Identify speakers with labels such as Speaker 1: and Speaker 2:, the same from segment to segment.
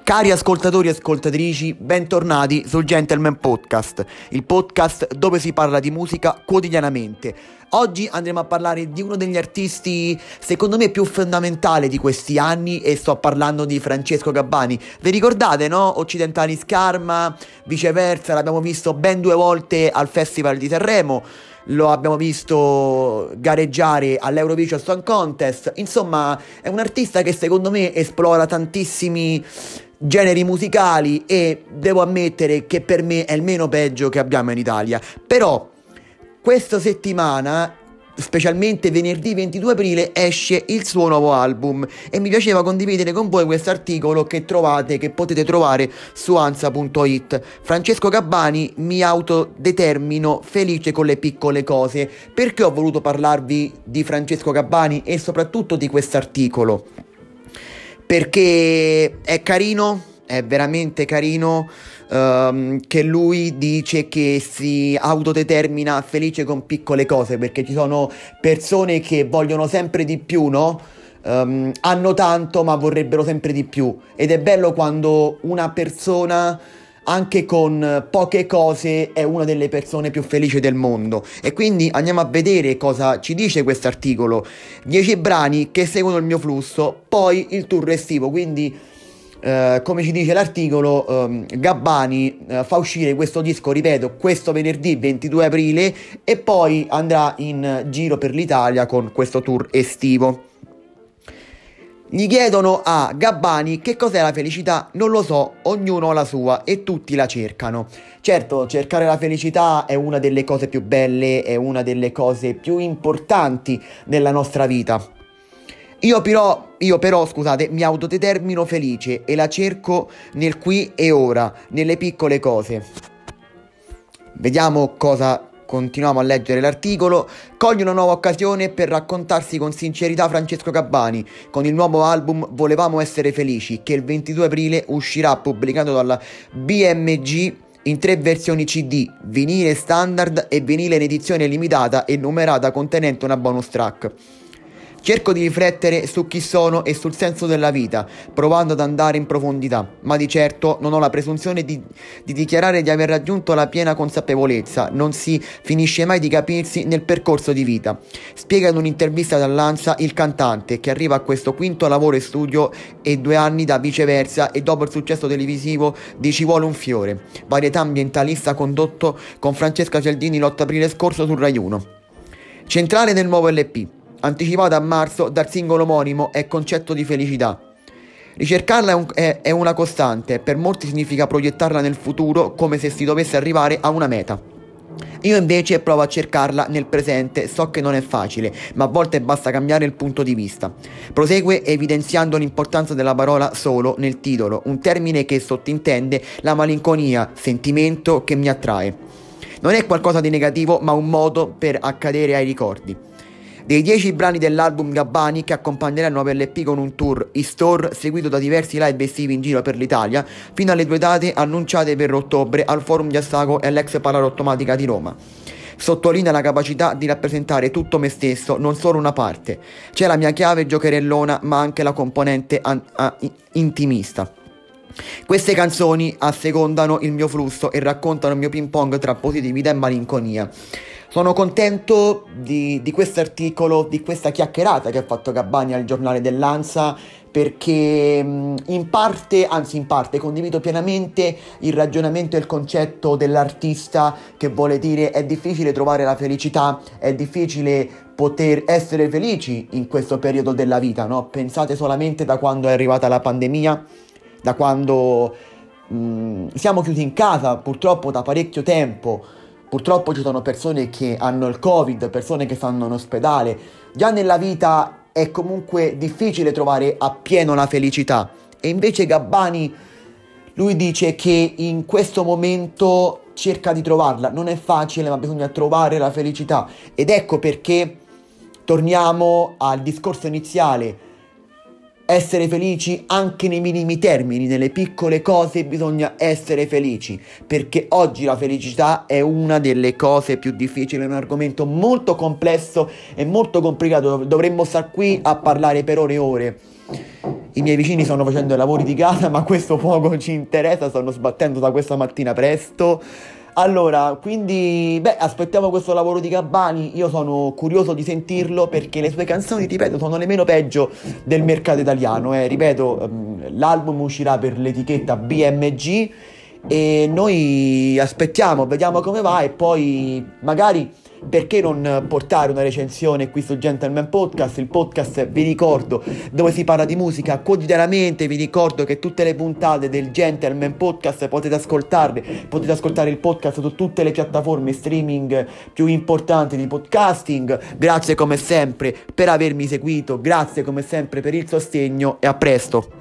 Speaker 1: Cari ascoltatori e ascoltatrici, bentornati sul Gentleman Podcast, il podcast dove si parla di musica quotidianamente. Oggi andremo a parlare di uno degli artisti, secondo me, più fondamentali di questi anni e sto parlando di Francesco Gabbani. Vi ricordate, no? Occidentalis Karma, viceversa, l'abbiamo visto ben 2 volte al Festival di Sanremo. Lo abbiamo visto gareggiare all'Eurovision Song Contest. Insomma, è un artista che secondo me esplora tantissimi generi musicali e devo ammettere che per me è il meno peggio che abbiamo in Italia. Però questa settimana, specialmente venerdì 22 aprile, esce il suo nuovo album e mi piaceva condividere con voi questo articolo che potete trovare su ansa.it. Francesco Gabbani: mi autodetermino felice con le piccole cose. Perché ho voluto parlarvi di Francesco Gabbani e soprattutto di questo articolo? Perché è carino, è veramente carino, che lui dice che si autodetermina felice con piccole cose, perché ci sono persone che vogliono sempre di più, no? Hanno tanto ma vorrebbero sempre di più, ed è bello quando una persona anche con poche cose è una delle persone più felici del mondo. E quindi andiamo a vedere cosa ci dice questo articolo. 10 brani che seguono il mio flusso, poi il tour estivo. Quindi come ci dice l'articolo, Gabbani fa uscire questo disco, ripeto, questo venerdì 22 aprile e poi andrà in giro per l'Italia con questo tour estivo. Gli chiedono a Gabbani che cos'è la felicità. Non lo so, ognuno ha la sua e tutti la cercano. Certo, cercare la felicità è una delle cose più belle, è una delle cose più importanti nella nostra vita. Io però, scusate, mi autodetermino felice e la cerco nel qui e ora, nelle piccole cose. Vediamo cosa. Continuiamo a leggere l'articolo. Coglie una nuova occasione per raccontarsi con sincerità Francesco Gabbani. Con il nuovo album Volevamo essere felici, che il 22 aprile uscirà pubblicato dalla BMG in 3 versioni CD, vinile standard e vinile in edizione limitata e numerata contenente una bonus track. Cerco di riflettere su chi sono e sul senso della vita, provando ad andare in profondità, ma di certo non ho la presunzione di dichiarare di aver raggiunto la piena consapevolezza. Non si finisce mai di capirsi nel percorso di vita. Spiega in un'intervista dall'Ansa il cantante, che arriva a questo 5º lavoro in studio e 2 anni da Viceversa, e dopo il successo televisivo di Ci vuole un fiore, varietà ambientalista condotto con Francesca Cialdini l'8 aprile scorso su Rai 1. Centrale nel nuovo LP, anticipato a marzo dal singolo omonimo, è concetto di felicità. Ricercarla è una costante, per molti significa proiettarla nel futuro come se si dovesse arrivare a una meta. Io invece provo a cercarla nel presente, so che non è facile, ma a volte basta cambiare il punto di vista. Prosegue evidenziando l'importanza della parola solo nel titolo, un termine che sottintende la malinconia, sentimento che mi attrae. Non è qualcosa di negativo, ma un modo per accadere ai ricordi. Dei 10 brani dell'album Gabbani, che accompagnerà il nuovo LP con un tour in store seguito da diversi live estivi in giro per l'Italia, fino alle 2 date annunciate per ottobre al Forum di Assago e all'ex Palarottomatica di Roma. Sottolinea la capacità di rappresentare tutto me stesso, non solo una parte. C'è la mia chiave giocherellona, ma anche la componente intimista. Queste canzoni assecondano il mio flusso e raccontano il mio ping pong tra positività e malinconia. Sono contento di questo articolo, di questa chiacchierata che ha fatto Gabbani al giornale dell'Ansa, perché in parte condivido pienamente il ragionamento e il concetto dell'artista, che vuole dire è difficile trovare la felicità, è difficile poter essere felici in questo periodo della vita, no? Pensate solamente da quando è arrivata la pandemia, da quando siamo chiusi in casa purtroppo da parecchio tempo. Purtroppo ci sono persone che hanno il Covid, persone che stanno in ospedale. Già nella vita è comunque difficile trovare appieno la felicità. E invece Gabbani, lui dice che in questo momento cerca di trovarla. Non è facile, ma bisogna trovare la felicità. Ed ecco perché torniamo al discorso iniziale. Essere felici anche nei minimi termini, nelle piccole cose bisogna essere felici, perché oggi la felicità è una delle cose più difficili, è un argomento molto complesso e molto complicato, dovremmo star qui a parlare per ore e ore. I miei vicini stanno facendo i lavori di casa, ma questo poco ci interessa, stanno sbattendo da questa mattina presto. Allora, quindi, aspettiamo questo lavoro di Gabbani, io sono curioso di sentirlo perché le sue canzoni, ripeto, sono le meno peggio del mercato italiano, ripeto, l'album uscirà per l'etichetta BMG e noi aspettiamo, vediamo come va e poi magari perché non portare una recensione qui su Gentleman Podcast, il podcast, vi ricordo, dove si parla di musica quotidianamente. Vi ricordo che tutte le puntate del Gentleman Podcast potete ascoltare il podcast su tutte le piattaforme streaming più importanti di podcasting. Grazie come sempre per avermi seguito, grazie come sempre per il sostegno e a presto.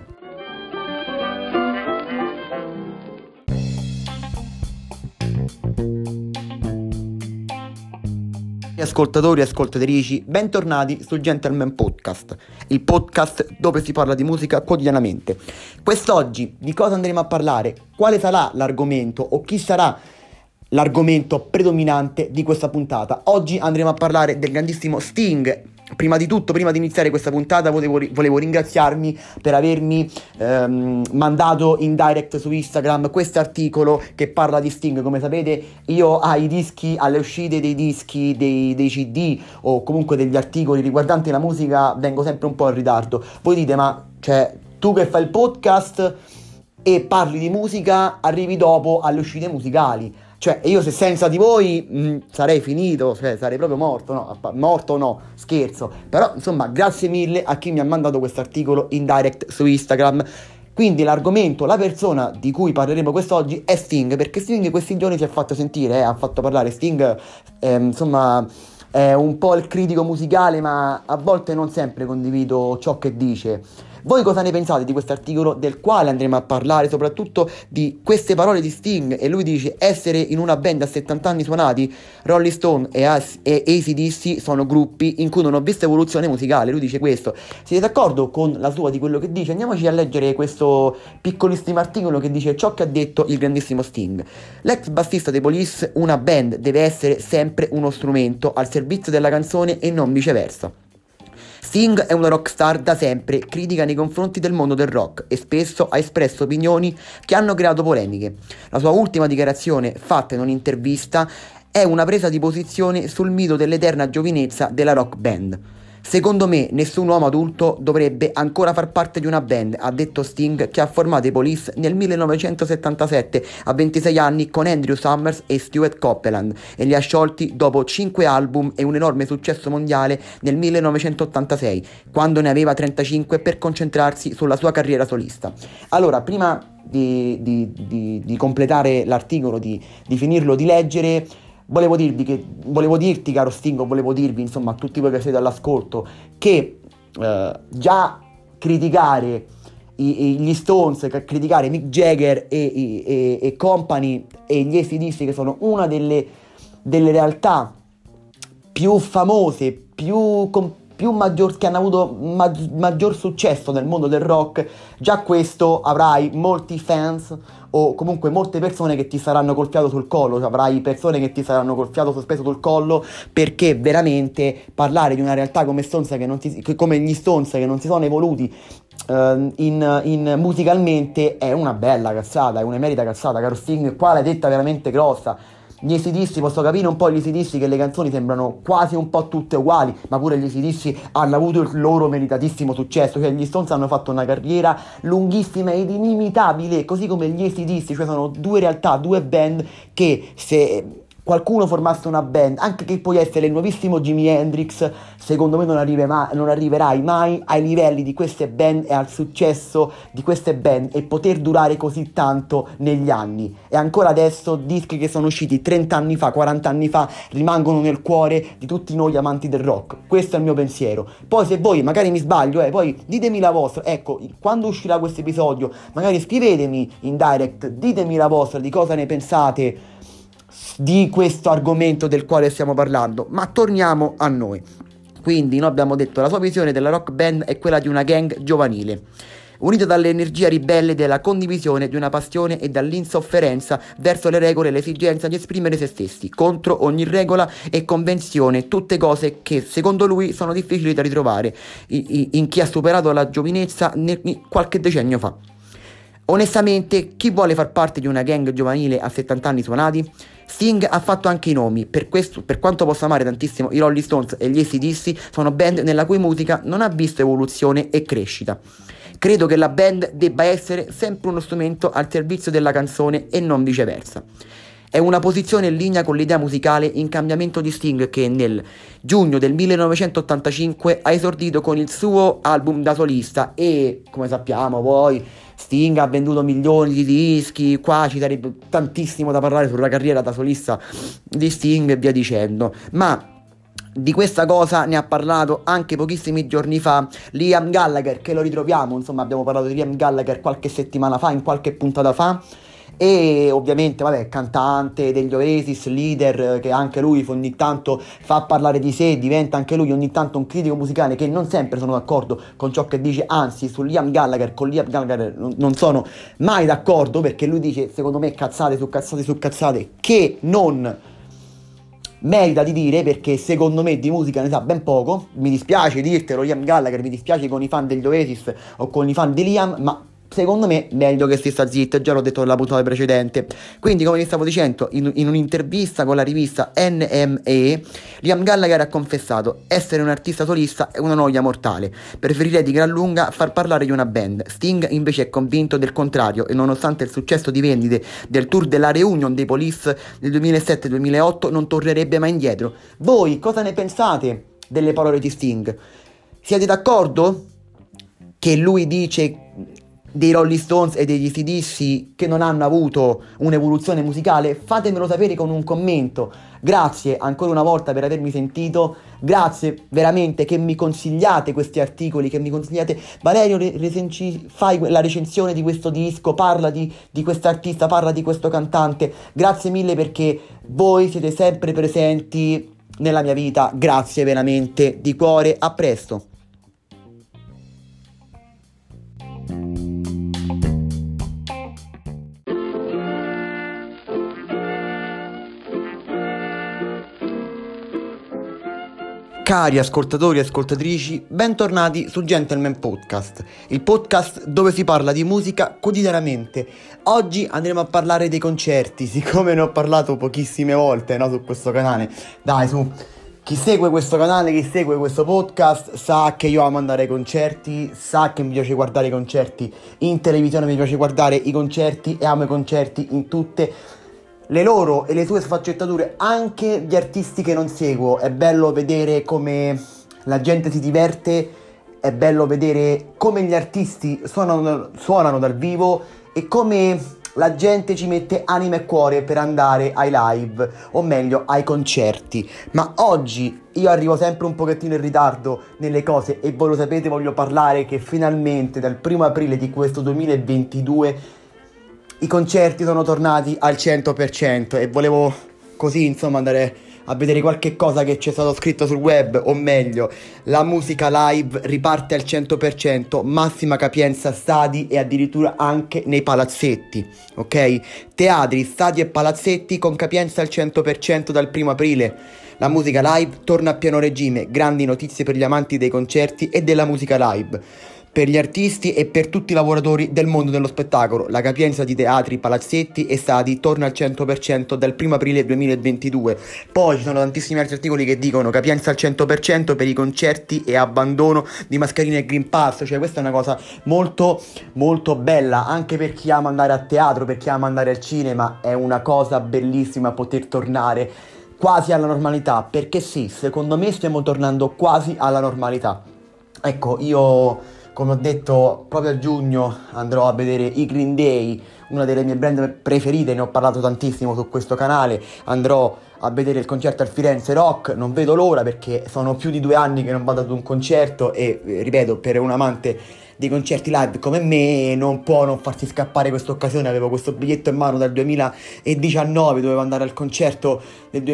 Speaker 1: Ascoltatori e ascoltatrici, bentornati sul Gentleman Podcast, il podcast dove si parla di musica quotidianamente. Quest'oggi di cosa andremo a parlare? Quale sarà l'argomento o chi sarà l'argomento predominante di questa puntata? Oggi andremo a parlare del grandissimo Sting. Prima di tutto, prima di iniziare questa puntata, volevo ringraziarmi per avermi mandato in direct su Instagram questo articolo che parla di Sting. Come sapete, io ai dischi, alle uscite dei dischi, dei CD o comunque degli articoli riguardanti la musica vengo sempre un po' in ritardo. Voi dite, ma cioè, tu che fai il podcast e parli di musica arrivi dopo alle uscite musicali? Cioè, io se senza di voi sarei finito, cioè sarei proprio morto no, scherzo. Però, insomma, grazie mille a chi mi ha mandato questo articolo in direct su Instagram. Quindi l'argomento, la persona di cui parleremo quest'oggi è Sting, perché Sting questi giorni si è fatto sentire, ha fatto parlare. Sting, insomma, è un po' il critico musicale, ma a volte non sempre condivido ciò che dice. Voi cosa ne pensate di questo articolo, del quale andremo a parlare, soprattutto di queste parole di Sting? E lui dice: essere in una band a 70 anni suonati, Rolling Stone e AC/DC sono gruppi in cui non ho visto evoluzione musicale. Lui dice questo. Siete d'accordo con la sua, di quello che dice? Andiamoci a leggere questo piccolissimo articolo che dice ciò che ha detto il grandissimo Sting. L'ex bassista dei Police: una band deve essere sempre uno strumento al servizio della canzone e non viceversa. Sting è una rockstar da sempre, critica nei confronti del mondo del rock e spesso ha espresso opinioni che hanno creato polemiche. La sua ultima dichiarazione, fatta in un'intervista, è una presa di posizione sul mito dell'eterna giovinezza della rock band. Secondo me nessun uomo adulto dovrebbe ancora far parte di una band, ha detto Sting, che ha formato i Police nel 1977 a 26 anni con Andrew Summers e Stuart Copeland e li ha sciolti dopo 5 album e un enorme successo mondiale nel 1986, quando ne aveva 35, per concentrarsi sulla sua carriera solista. Allora, prima di completare l'articolo, di finirlo di leggere, volevo dirti, caro Sting, volevo dirvi, insomma, a tutti voi che siete all'ascolto, che già criticare gli Stones, criticare Mick Jagger e company e gli AC/DC, che sono una delle realtà più famose, che hanno avuto maggior successo nel mondo del rock, già questo avrai molti fans o comunque molte persone che ti saranno col fiato sul collo, cioè avrai persone che ti saranno col fiato sospeso sul collo, perché veramente parlare di una realtà come come gli Stones, che non si sono evoluti in musicalmente, è una bella cazzata, è un'emerita cazzata, caro Sting. Qua l'hai detta veramente grossa. Gli AC/DC, posso capire un po' gli AC/DC che le canzoni sembrano quasi un po' tutte uguali, ma pure gli AC/DC hanno avuto il loro meritatissimo successo. Cioè gli Stones hanno fatto una carriera lunghissima ed inimitabile, così come gli AC/DC, cioè sono due realtà, due band che, se qualcuno formasse una band, anche che puoi essere il nuovissimo Jimi Hendrix, secondo me non arriverai mai ai livelli di queste band e al successo di queste band e poter durare così tanto negli anni. E ancora adesso dischi che sono usciti 30 anni fa, 40 anni fa, rimangono nel cuore di tutti noi amanti del rock. Questo è il mio pensiero. Poi se voi, magari mi sbaglio, poi ditemi la vostra. Ecco, quando uscirà questo episodio, magari scrivetemi in direct, ditemi la vostra, di cosa ne pensate di questo argomento del quale stiamo parlando. Ma torniamo a noi. Quindi noi abbiamo detto la sua visione della rock band è quella di una gang giovanile. unito dall'energia ribelle della condivisione di una passione e dall'insofferenza verso le regole e l'esigenza di esprimere se stessi, contro ogni regola e convenzione, tutte cose che secondo lui sono difficili da ritrovare in chi ha superato la giovinezza qualche decennio fa. Onestamente, chi vuole far parte di una gang giovanile a 70 anni suonati? Sting ha fatto anche i nomi, per quanto possa amare tantissimo i Rolling Stones e gli AC/DC, sono band nella cui musica non ha visto evoluzione e crescita. Credo che la band debba essere sempre uno strumento al servizio della canzone e non viceversa. È una posizione in linea con l'idea musicale in cambiamento di Sting, che nel giugno del 1985 ha esordito con il suo album da solista e, come sappiamo poi, Sting ha venduto milioni di dischi. Qua ci sarebbe tantissimo da parlare sulla carriera da solista di Sting e via dicendo, ma di questa cosa ne ha parlato anche pochissimi giorni fa Liam Gallagher, che lo ritroviamo, insomma abbiamo parlato di Liam Gallagher qualche settimana fa, in qualche puntata fa. E ovviamente, vabbè, cantante degli Oasis, leader, che anche lui ogni tanto fa parlare di sé, diventa anche lui ogni tanto un critico musicale, che non sempre sono d'accordo con ciò che dice, anzi con Liam Gallagher non sono mai d'accordo, perché lui dice, secondo me, cazzate su cazzate su cazzate che non merita di dire, perché secondo me di musica ne sa ben poco. Mi dispiace dirtelo, Liam Gallagher, mi dispiace con i fan degli Oasis o con i fan di Liam, ma secondo me meglio che si sta zitto, già l'ho detto nella puntata precedente. Quindi, come vi stavo dicendo, in un'intervista con la rivista NME, Liam Gallagher ha confessato: essere un artista solista è una noia mortale, preferirei di gran lunga far parlare di una band. Sting invece è convinto del contrario e nonostante il successo di vendite del tour della reunion dei Police del 2007-2008 non tornerebbe mai indietro. Voi cosa ne pensate delle parole di Sting? Siete d'accordo che lui dice dei Rolling Stones e degli AC/DC che non hanno avuto un'evoluzione musicale? Fatemelo sapere con un commento. Grazie ancora una volta per avermi sentito, grazie veramente che mi consigliate questi articoli, che mi consigliate: Valerio, fai la recensione di questo disco, parla di quest'artista, parla di questo cantante. Grazie mille, perché voi siete sempre presenti nella mia vita. Grazie veramente di cuore, a presto. Cari ascoltatori e ascoltatrici, bentornati su Gentleman Podcast, il podcast dove si parla di musica quotidianamente. Oggi andremo a parlare dei concerti, siccome ne ho parlato pochissime volte, no, su questo canale. Dai, su, chi segue questo canale, chi segue questo podcast, sa che io amo andare ai concerti, sa che mi piace guardare i concerti in televisione, mi piace guardare i concerti e amo i concerti in tutte le loro e le sue sfaccettature, anche gli artisti che non seguo. È bello vedere come la gente si diverte, è bello vedere come gli artisti suonano dal vivo e come la gente ci mette anima e cuore per andare ai live, o meglio ai concerti. Ma oggi io arrivo sempre un pochettino in ritardo nelle cose e voi lo sapete, voglio parlare che finalmente dal 1 aprile di questo 2022 i concerti sono tornati al 100% e volevo così, insomma, andare a vedere qualche cosa che c'è stato scritto sul web, o meglio, la musica live riparte al 100%, massima capienza stadi e addirittura anche nei palazzetti, ok? Teatri, stadi e palazzetti con capienza al 100% dal 1 aprile. La musica live torna a pieno regime, grandi notizie per gli amanti dei concerti e della musica live. Per gli artisti e per tutti i lavoratori del mondo dello spettacolo, la capienza di teatri, palazzetti e stadi torna al 100% dal 1 aprile 2022. Poi ci sono tantissimi altri articoli che dicono capienza al 100% per i concerti e abbandono di mascherine e Green Pass. Cioè, questa è una cosa molto molto bella anche per chi ama andare a teatro, per chi ama andare al cinema. È una cosa bellissima poter tornare quasi alla normalità, perché sì, secondo me stiamo tornando quasi alla normalità. Ecco, io, come ho detto, proprio a giugno andrò a vedere i Green Day, una delle mie band preferite, ne ho parlato tantissimo su questo canale. Andrò a vedere il concerto al Firenze Rock, non vedo l'ora, perché sono più di 2 anni che non vado ad un concerto e, ripeto, per un amante dei concerti live come me non può non farsi scappare questa occasione. Avevo questo biglietto in mano dal 2019, dovevo andare al concerto del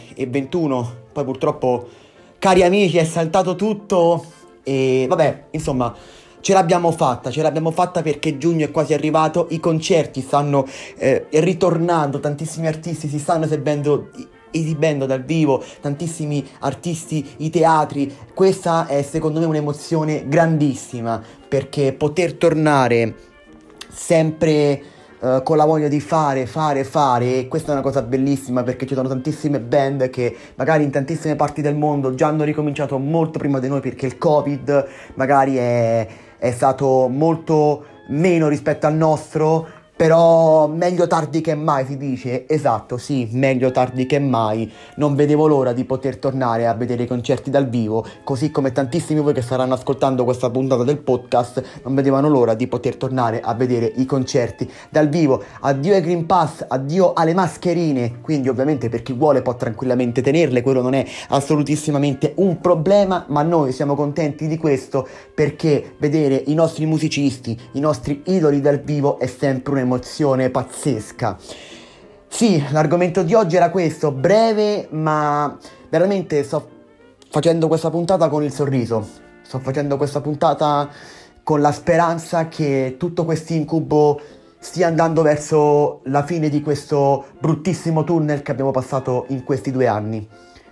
Speaker 1: 2021, poi purtroppo, cari amici, è saltato tutto. E vabbè, insomma, ce l'abbiamo fatta perché giugno è quasi arrivato, i concerti stanno ritornando, tantissimi artisti si stanno esibendo dal vivo, tantissimi artisti, i teatri. Questa è secondo me un'emozione grandissima, perché poter tornare sempre con la voglia di fare, e questa è una cosa bellissima, perché ci sono tantissime band che magari in tantissime parti del mondo già hanno ricominciato molto prima di noi, perché il Covid magari è stato molto meno rispetto al nostro. Però meglio tardi che mai, si dice. Esatto, sì, meglio tardi che mai. Non vedevo l'ora di poter tornare a vedere i concerti dal vivo, così come tantissimi voi che staranno ascoltando questa puntata del podcast non vedevano l'ora di poter tornare a vedere i concerti dal vivo. Addio ai Green Pass, addio alle mascherine, quindi ovviamente per chi vuole può tranquillamente tenerle, quello non è assolutissimamente un problema, ma noi siamo contenti di questo, perché vedere i nostri musicisti, i nostri idoli dal vivo è sempre un'emozione pazzesca. Sì, l'argomento di oggi era questo, breve, ma veramente sto facendo questa puntata con il sorriso. Sto facendo questa puntata con la speranza che tutto questo incubo stia andando verso la fine di questo bruttissimo tunnel che abbiamo passato in questi 2 anni.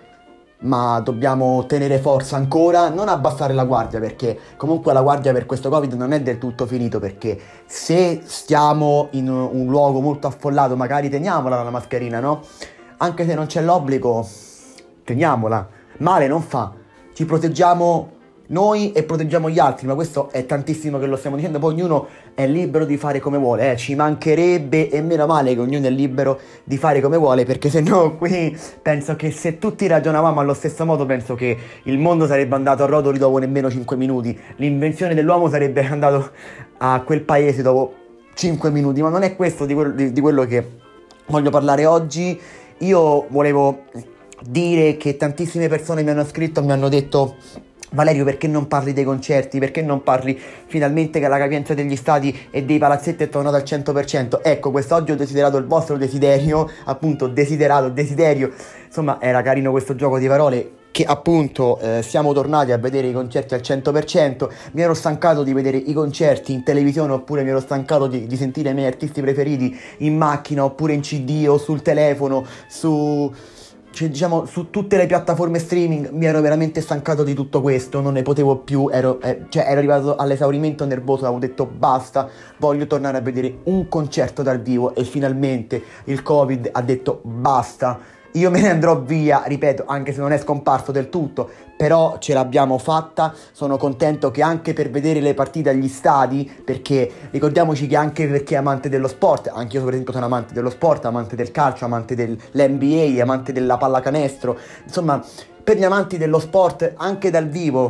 Speaker 1: Ma dobbiamo tenere forza ancora, non abbassare la guardia, perché comunque la guardia per questo Covid non è del tutto finito, perché se stiamo in un luogo molto affollato magari teniamola la mascherina, no? Anche se non c'è l'obbligo, teniamola, male non fa, ci proteggiamo noi e proteggiamo gli altri, ma questo è tantissimo che lo stiamo dicendo, poi ognuno è libero di fare come vuole, ci mancherebbe, e meno male che ognuno è libero di fare come vuole, perché se no qui penso che se tutti ragionavamo allo stesso modo, penso che il mondo sarebbe andato a rotoli dopo nemmeno 5 minuti, l'invenzione dell'uomo sarebbe andato a quel paese dopo 5 minuti, ma non è questo di quello che voglio parlare oggi. Io volevo dire che tantissime persone mi hanno scritto, mi hanno detto: Valerio, perché non parli dei concerti? Perché non parli finalmente che la capienza degli stadi e dei palazzetti è tornata al 100%? Ecco, quest'oggi ho desiderato il vostro desiderio, appunto, desiderio. Insomma, era carino questo gioco di parole, che appunto siamo tornati a vedere i concerti al 100%. Mi ero stancato di vedere i concerti in televisione, oppure mi ero stancato di sentire i miei artisti preferiti in macchina, oppure in CD o sul telefono, diciamo su tutte le piattaforme streaming. Mi ero veramente stancato di tutto questo, non ne potevo più, ero arrivato all'esaurimento nervoso, avevo detto basta, voglio tornare a vedere un concerto dal vivo, e finalmente il Covid ha detto basta. Io me ne andrò via, ripeto, anche se non è scomparso del tutto, però ce l'abbiamo fatta. Sono contento che anche per vedere le partite agli stadi, perché ricordiamoci che anche per chi è amante dello sport, anche io per esempio sono amante dello sport, amante del calcio, amante dell'NBA, amante della pallacanestro, insomma per gli amanti dello sport anche dal vivo,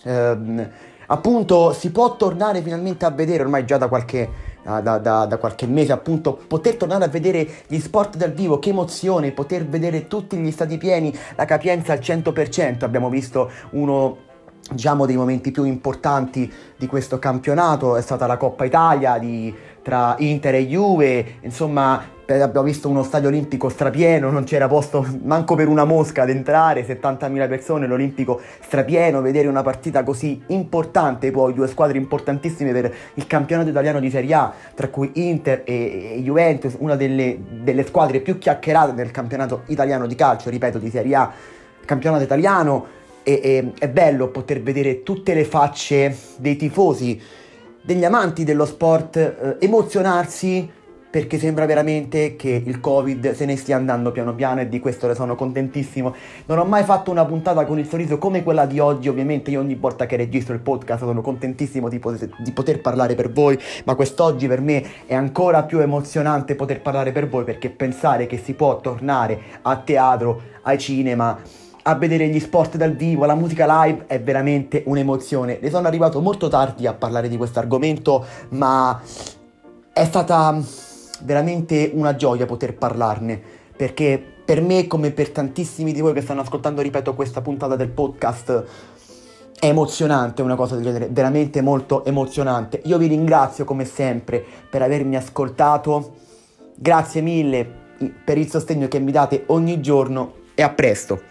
Speaker 1: appunto si può tornare finalmente a vedere, ormai già da qualche mese, appunto, poter tornare a vedere gli sport dal vivo. Che emozione poter vedere tutti gli stadi pieni, la capienza al 100%. Abbiamo visto uno, diciamo, dei momenti più importanti di questo campionato, è stata la Coppa Italia tra Inter e Juve, insomma abbiamo visto uno stadio olimpico strapieno, non c'era posto manco per una mosca ad entrare, 70.000 persone, l'Olimpico strapieno, vedere una partita così importante, poi due squadre importantissime per il campionato italiano di Serie A, tra cui Inter e Juventus, una delle squadre più chiacchierate del campionato italiano di calcio, ripeto, di Serie A, campionato italiano. E è bello poter vedere tutte le facce dei tifosi, degli amanti dello sport, emozionarsi, perché sembra veramente che il Covid se ne stia andando piano piano, e di questo ne sono contentissimo. Non ho mai fatto una puntata con il sorriso come quella di oggi, ovviamente io ogni volta che registro il podcast sono contentissimo di poter parlare per voi, ma quest'oggi per me è ancora più emozionante poter parlare per voi, perché pensare che si può tornare a teatro, ai cinema, a vedere gli sport dal vivo, la musica live, è veramente un'emozione. Ne sono arrivato molto tardi a parlare di questo argomento, ma è stata veramente una gioia poter parlarne, perché per me, come per tantissimi di voi che stanno ascoltando, ripeto, questa puntata del podcast, è emozionante una cosa del genere, veramente molto emozionante. Io vi ringrazio come sempre per avermi ascoltato, grazie mille per il sostegno che mi date ogni giorno, e a presto.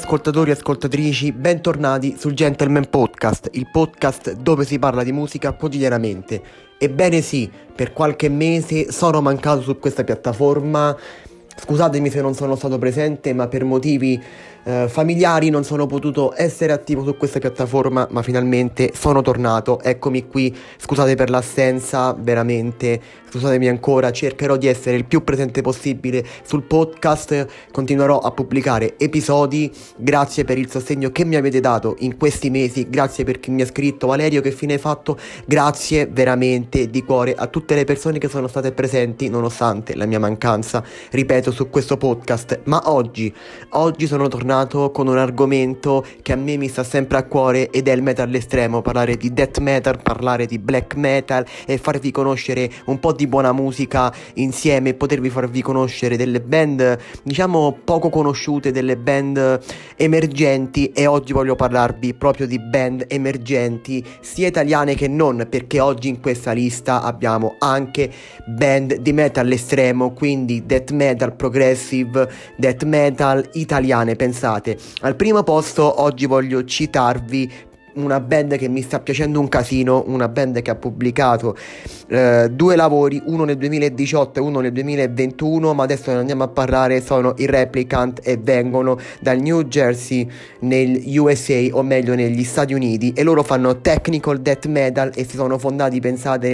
Speaker 1: ascoltatori e ascoltatrici, bentornati sul Gentleman Podcast, il podcast dove si parla di musica quotidianamente. Ebbene sì, per qualche mese sono mancato su questa piattaforma, scusatemi se non sono stato presente, ma per motivi familiari non sono potuto essere attivo su questa piattaforma, ma finalmente sono tornato, eccomi qui, scusate per l'assenza, veramente, scusatemi ancora, cercherò di essere il più presente possibile sul podcast, continuerò a pubblicare episodi, grazie per il sostegno che mi avete dato in questi mesi, grazie per chi mi ha scritto, Valerio che fine hai fatto, grazie veramente di cuore a tutte le persone che sono state presenti nonostante la mia mancanza, ripeto, su questo podcast, ma oggi sono tornato con un argomento che a me mi sta sempre a cuore ed è il metal estremo, parlare di death metal, parlare di black metal e farvi conoscere un po' di buona musica insieme, potervi farvi conoscere delle band diciamo poco conosciute, delle band emergenti, e oggi voglio parlarvi proprio di band emergenti sia italiane che non, perché oggi in questa lista abbiamo anche band di metal estremo, quindi death metal, progressive death metal italiane. Pensate, al primo posto oggi voglio citarvi una band che mi sta piacendo un casino, una band che ha pubblicato due lavori, uno nel 2018 e uno nel 2021, ma adesso ne andiamo a parlare. Sono i Replicant e vengono dal New Jersey negli USA, o meglio negli Stati Uniti, e loro fanno technical death metal e si sono fondati, pensate,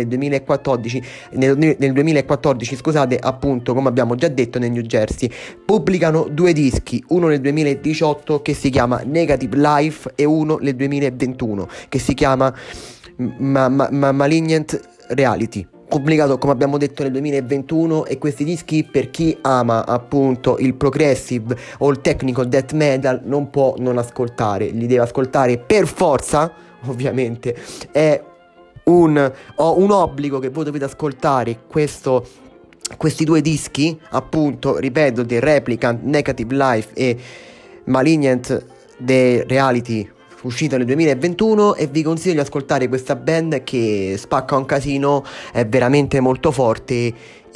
Speaker 1: nel 2014, scusate, appunto, come abbiamo già detto, nel New Jersey. Pubblicano due dischi, uno nel 2018 che si chiama Negative Life e uno nel 2021 che si chiama Malignant Reality, pubblicato come abbiamo detto nel 2021. E questi dischi, per chi ama appunto il progressive o il technical death metal, non può non ascoltare, li deve ascoltare per forza, ovviamente è un obbligo che voi dovete ascoltare questi due dischi, appunto, ripeto, The Replicant, Negative Life e Malignant The Reality, uscito nel 2021, e vi consiglio di ascoltare questa band che spacca un casino, è veramente molto forte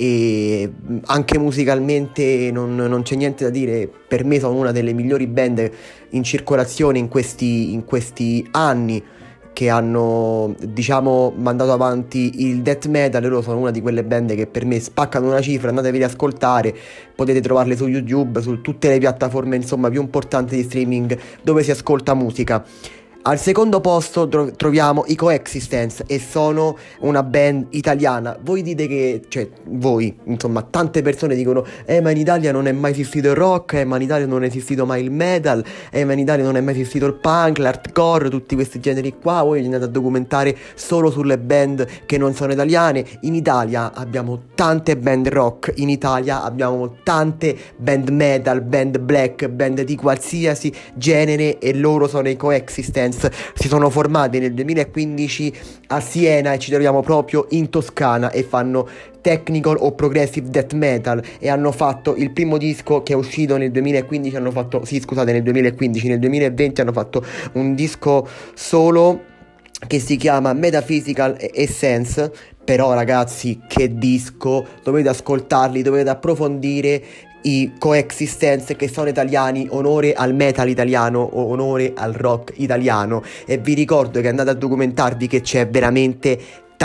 Speaker 1: e anche musicalmente non c'è niente da dire. Per me sono una delle migliori band in circolazione in questi anni che hanno, diciamo, mandato avanti il death metal. Loro sono una di quelle band che per me spaccano una cifra, andatevi ad ascoltare, potete trovarle su YouTube, su tutte le piattaforme insomma più importanti di streaming dove si ascolta musica. Al secondo posto troviamo i Coexistence e sono una band italiana. Voi dite che, cioè voi, insomma, tante persone dicono ma in Italia non è mai esistito il rock, ma in Italia non è esistito mai il metal, ma in Italia non è mai esistito il punk, l'hardcore, tutti questi generi qua. Voi vi andate a documentare solo sulle band che non sono italiane. In Italia abbiamo tante band rock, in Italia abbiamo tante band metal, band black, band di qualsiasi genere, e loro sono i Coexistence. Si sono formati nel 2015 a Siena e ci troviamo proprio in Toscana, e fanno technical o progressive death metal, e hanno fatto il primo disco che è uscito nel 2015, nel 2020 hanno fatto un disco solo che si chiama Metaphysical Essence. Però ragazzi, che disco, dovete ascoltarli, dovete approfondire i Coexistence, che sono italiani, onore al metal italiano o onore al rock italiano. E vi ricordo che andate a documentarvi, che c'è veramente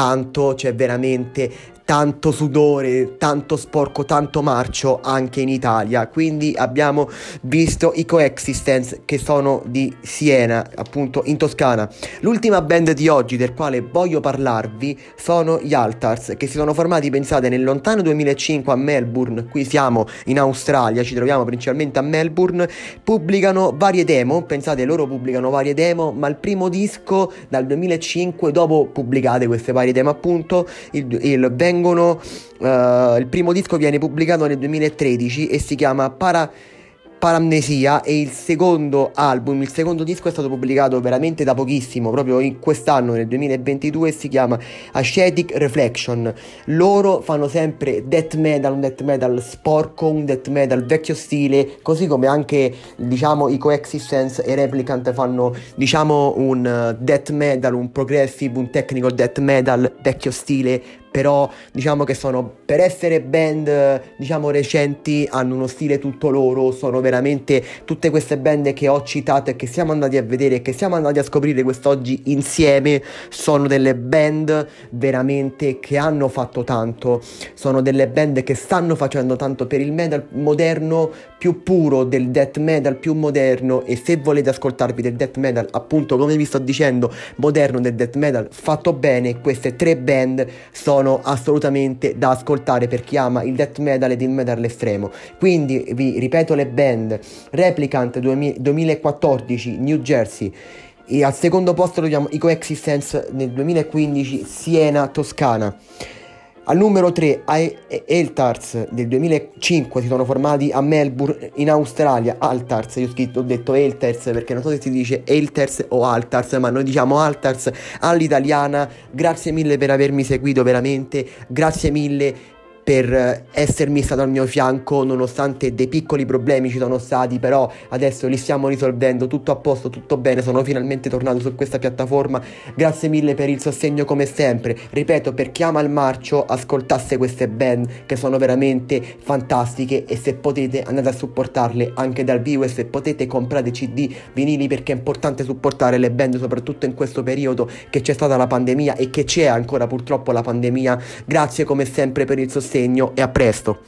Speaker 1: tanto sudore, tanto sporco, tanto marcio anche in Italia. Quindi abbiamo visto i Coexistence, che sono di Siena, appunto in Toscana. L'ultima band di oggi del quale voglio parlarvi sono gli Altars, che si sono formati, pensate, nel lontano 2005 a Melbourne. Qui siamo in Australia, ci troviamo principalmente a Melbourne. Pubblicano varie demo, pensate, loro pubblicano varie demo, ma il primo disco dal 2005, dopo pubblicate queste varie demo appunto, il primo disco viene pubblicato nel 2013 e si chiama Paramnesia, e il secondo disco è stato pubblicato veramente da pochissimo, proprio in quest'anno, nel 2022, e si chiama Ascetic Reflection. Loro fanno sempre death metal, un death metal sporco, un death metal vecchio stile, così come anche, diciamo, i Coexistence e Replicant fanno, diciamo, un death metal, un progressive, un technical death metal vecchio stile, però diciamo che sono, per essere band diciamo recenti, hanno uno stile tutto loro, sono veramente tutte queste band che ho citato e che siamo andati a vedere e che siamo andati a scoprire quest'oggi insieme, sono delle band veramente che hanno fatto tanto, sono delle band che stanno facendo tanto per il metal moderno più puro, del death metal più moderno. E se volete ascoltarvi del death metal, appunto come vi sto dicendo, moderno, del death metal fatto bene, queste tre band sono assolutamente da ascoltare per chi ama il death metal ed il metal estremo. Quindi vi ripeto le band: Replicant 2014 New Jersey, e al secondo posto troviamo i Coexistence nel 2015 Siena, Toscana. Al numero 3 Altars del 2005, si sono formati a Melbourne in Australia. Altars, io ho detto Altars perché non so se si dice Altars o Altars, ma noi diciamo Altars all'italiana. Grazie mille per avermi seguito, veramente, grazie mille per essermi stato al mio fianco nonostante dei piccoli problemi ci sono stati, però adesso li stiamo risolvendo, tutto a posto, tutto bene, sono finalmente tornato su questa piattaforma. Grazie mille per il sostegno come sempre. Ripeto, per chi ama il marcio, ascoltasse queste band che sono veramente fantastiche, e se potete andate a supportarle anche dal vivo, e se potete comprate CD, vinili, perché è importante supportare le band soprattutto in questo periodo che c'è stata la pandemia e che c'è ancora purtroppo la pandemia. Grazie come sempre per il sostegno e a presto.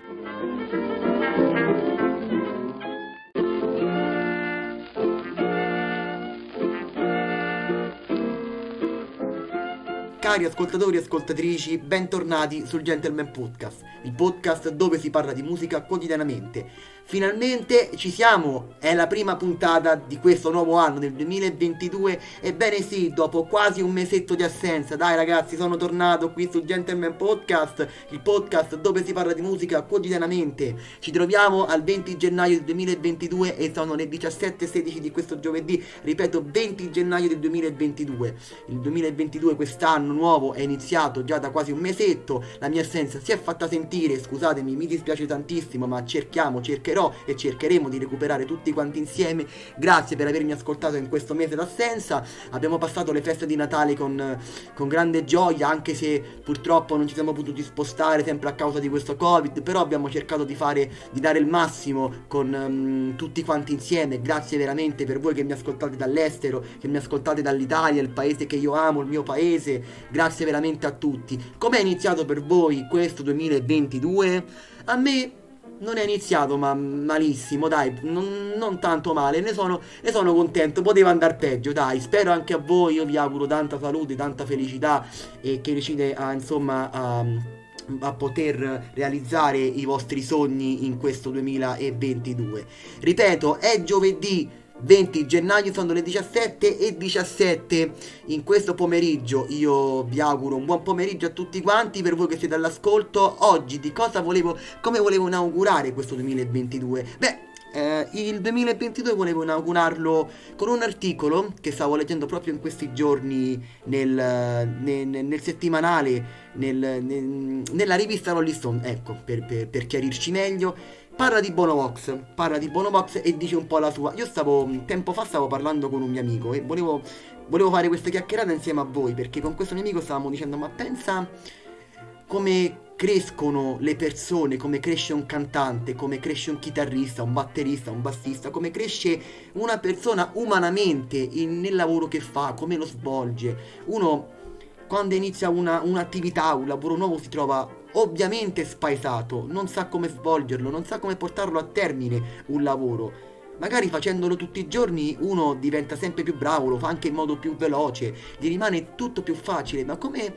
Speaker 1: Cari ascoltatori e ascoltatrici, bentornati sul Gentleman Podcast, il podcast dove si parla di musica quotidianamente. Finalmente ci siamo, è la prima puntata di questo nuovo anno, del 2022, ebbene sì, dopo quasi un mesetto di assenza, dai ragazzi, sono tornato qui sul Gentleman Podcast, il podcast dove si parla di musica quotidianamente. Ci troviamo al 20 gennaio del 2022 e sono le 17:16 di questo giovedì, ripeto 20 gennaio del 2022. Il 2022, quest'anno nuovo, è iniziato già da quasi un mesetto, la mia assenza si è fatta sentire, scusatemi, mi dispiace tantissimo, ma cercheremo e cercheremo di recuperare tutti quanti insieme. Grazie per avermi ascoltato in questo mese d'assenza. Abbiamo passato le feste di Natale con grande gioia, anche se purtroppo non ci siamo potuti spostare sempre a causa di questo Covid, però abbiamo cercato di dare il massimo con tutti quanti insieme. Grazie veramente per voi che mi ascoltate dall'estero, che mi ascoltate dall'Italia, il paese che io amo, il mio paese. Grazie veramente a tutti. Com'è iniziato per voi questo 2022? A me non è iniziato ma malissimo, dai, non tanto male, ne sono contento, poteva andare peggio, dai, spero anche a voi, io vi auguro tanta salute, tanta felicità e che riuscite a poter realizzare i vostri sogni in questo 2022. Ripeto, è giovedì 20 gennaio, sono le 17:17 in questo pomeriggio. Io vi auguro un buon pomeriggio a tutti quanti, per voi che siete all'ascolto. Oggi come volevo inaugurare questo 2022? Il 2022 volevo inaugurarlo con un articolo che stavo leggendo proprio in questi giorni nel settimanale, nella rivista Rolling Stone, ecco, per chiarirci meglio. Parla di Bono Vox e dice un po' la sua. Io tempo fa stavo parlando con un mio amico e volevo fare questa chiacchierata insieme a voi, perché con questo mio amico stavamo dicendo: ma pensa come crescono le persone, come cresce un cantante, come cresce un chitarrista, un batterista, un bassista, come cresce una persona umanamente nel lavoro che fa, come lo svolge. Uno, quando inizia un'attività, un lavoro nuovo, si trova ovviamente spaesato, non sa come svolgerlo, non sa come portarlo a termine un lavoro. Magari facendolo tutti i giorni uno diventa sempre più bravo, lo fa anche in modo più veloce, gli rimane tutto più facile. Ma com'è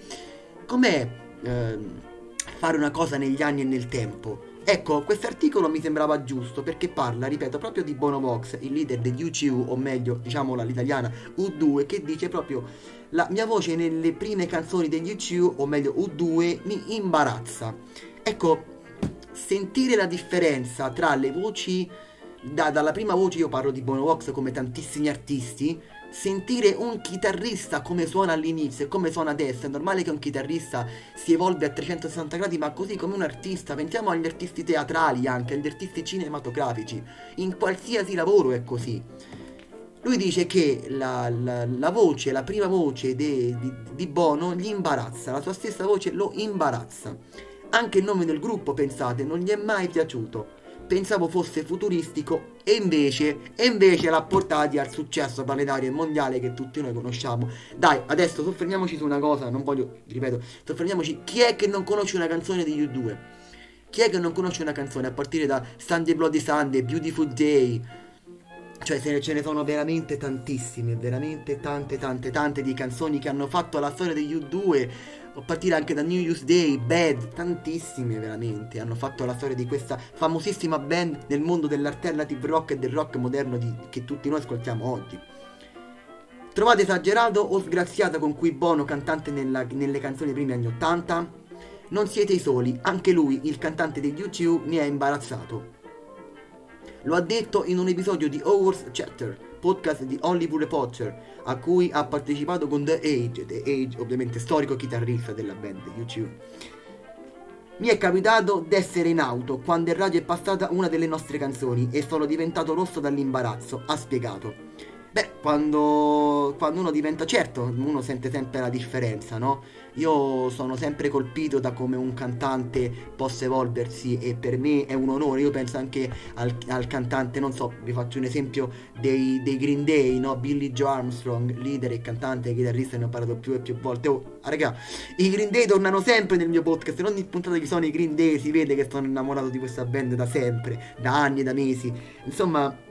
Speaker 1: fare una cosa negli anni e nel tempo? Ecco, questo articolo mi sembrava giusto perché parla, ripeto, proprio di Bono Vox, il leader degli U2, o meglio, diciamola all'italiana, U2, che dice proprio: la mia voce nelle prime canzoni degli U2, o meglio U2, mi imbarazza. Ecco, sentire la differenza tra le voci, dalla prima voce, io parlo di Bono Vox come tantissimi artisti, sentire un chitarrista come suona all'inizio e come suona adesso. È normale che un chitarrista si evolve a 360 gradi, ma così come un artista. Pensiamo agli artisti teatrali, anche agli artisti cinematografici, in qualsiasi lavoro è così. Lui dice che la voce, la prima voce di Bono gli imbarazza, la sua stessa voce lo imbarazza. Anche il nome del gruppo, pensate, non gli è mai piaciuto. Pensavo fosse futuristico e invece l'ha portati al successo planetario e mondiale che tutti noi conosciamo. Dai, adesso soffermiamoci su una cosa, non voglio, ripeto, soffermiamoci, chi è che non conosce una canzone degli U2? Chi è che non conosce una canzone a partire da Sunday Bloody Sunday, Beautiful Day? Cioè ce ne sono veramente tantissime, veramente tante di canzoni che hanno fatto la storia degli U2, a partire anche da New Year's Day, Bad, tantissime veramente, hanno fatto la storia di questa famosissima band nel mondo dell'alternative rock e del rock moderno che tutti noi ascoltiamo oggi. Trovate esagerato o sgraziato con cui Bono, cantante nelle canzoni dei primi anni 80? Non siete i soli, anche lui, il cantante degli U2, mi ha imbarazzato. Lo ha detto in un episodio di Hours Chatter, podcast di Hollywood Reporter, a cui ha partecipato con The Age ovviamente storico chitarrista della band U2. Mi è capitato d'essere in auto quando in radio è passata una delle nostre canzoni e sono diventato rosso dall'imbarazzo, ha spiegato. Beh, quando uno diventa, certo, uno sente sempre la differenza, no? Io sono sempre colpito da come un cantante possa evolversi e per me è un onore. Io penso anche al cantante, non so, vi faccio un esempio dei Green Day, no? Billy Joe Armstrong, leader e cantante e chitarrista, ne ho parlato più e più volte. Oh, raga, i Green Day tornano sempre nel mio podcast, in ogni puntata ci sono i Green Day, si vede che sono innamorato di questa band da sempre, da anni, da mesi. Insomma,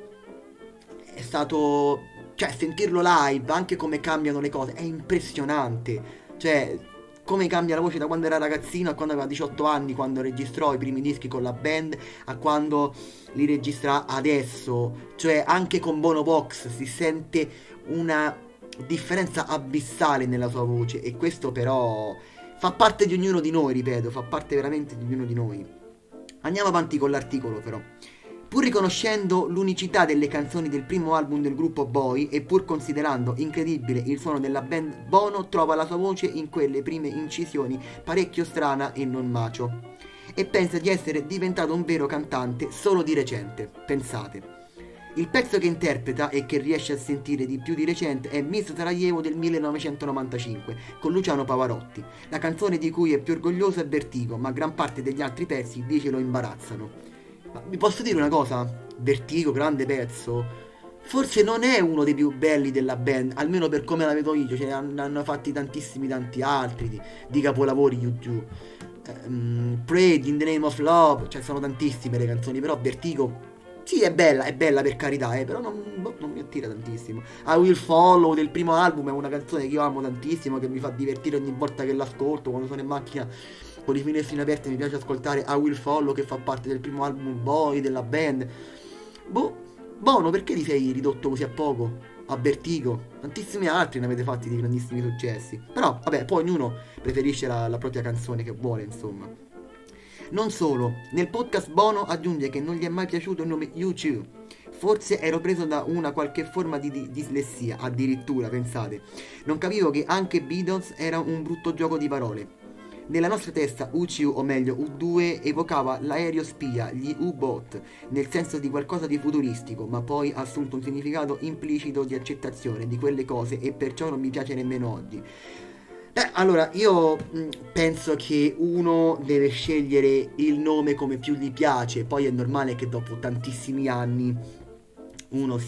Speaker 1: è stato, cioè, sentirlo live, anche come cambiano le cose, è impressionante. Cioè, come cambia la voce da quando era ragazzino a quando aveva 18 anni, quando registrò i primi dischi con la band, a quando li registra adesso. Cioè, anche con Bono Vox si sente una differenza abissale nella sua voce, e questo però fa parte di ognuno di noi, ripeto, fa parte veramente di ognuno di noi. Andiamo avanti con l'articolo, però. Pur riconoscendo l'unicità delle canzoni del primo album del gruppo Boy e pur considerando incredibile il suono della band, Bono trova la sua voce in quelle prime incisioni parecchio strana e non macio. E pensa di essere diventato un vero cantante solo di recente, pensate. Il pezzo che interpreta e che riesce a sentire di più di recente è Miss Sarajevo del 1995 con Luciano Pavarotti. La canzone di cui è più orgoglioso è Vertigo, ma gran parte degli altri pezzi dice lo imbarazzano. Ma vi posso dire una cosa? Vertigo, grande pezzo. Forse non è uno dei più belli della band, almeno per come la vedo io. Ce ne hanno fatti tanti altri di capolavori U2. Prayed, In the Name of Love, cioè sono tantissime le canzoni, però Vertigo sì, è bella per carità, però non mi attira tantissimo. I Will Follow del primo album è una canzone che io amo tantissimo, che mi fa divertire ogni volta che l'ascolto, quando sono in macchina con i finestrini aperti mi piace ascoltare I Will Follow, che fa parte del primo album Boy della band. Bono, perché ti sei ridotto così a poco? A Vertigo? Tantissimi altri ne avete fatti di grandissimi successi. Però, vabbè, poi ognuno preferisce la propria canzone che vuole, insomma. Non solo, nel podcast Bono aggiunge che non gli è mai piaciuto il nome U2. Forse ero preso da una qualche forma di dislessia, addirittura, pensate. Non capivo che anche Beatles era un brutto gioco di parole. Nella nostra testa U2, o meglio U2, evocava l'aereo spia, gli U-boat, nel senso di qualcosa di futuristico, ma poi ha assunto un significato implicito di accettazione di quelle cose e perciò non mi piace nemmeno oggi. Allora, io penso che uno deve scegliere il nome come più gli piace, poi è normale che dopo tantissimi anni uno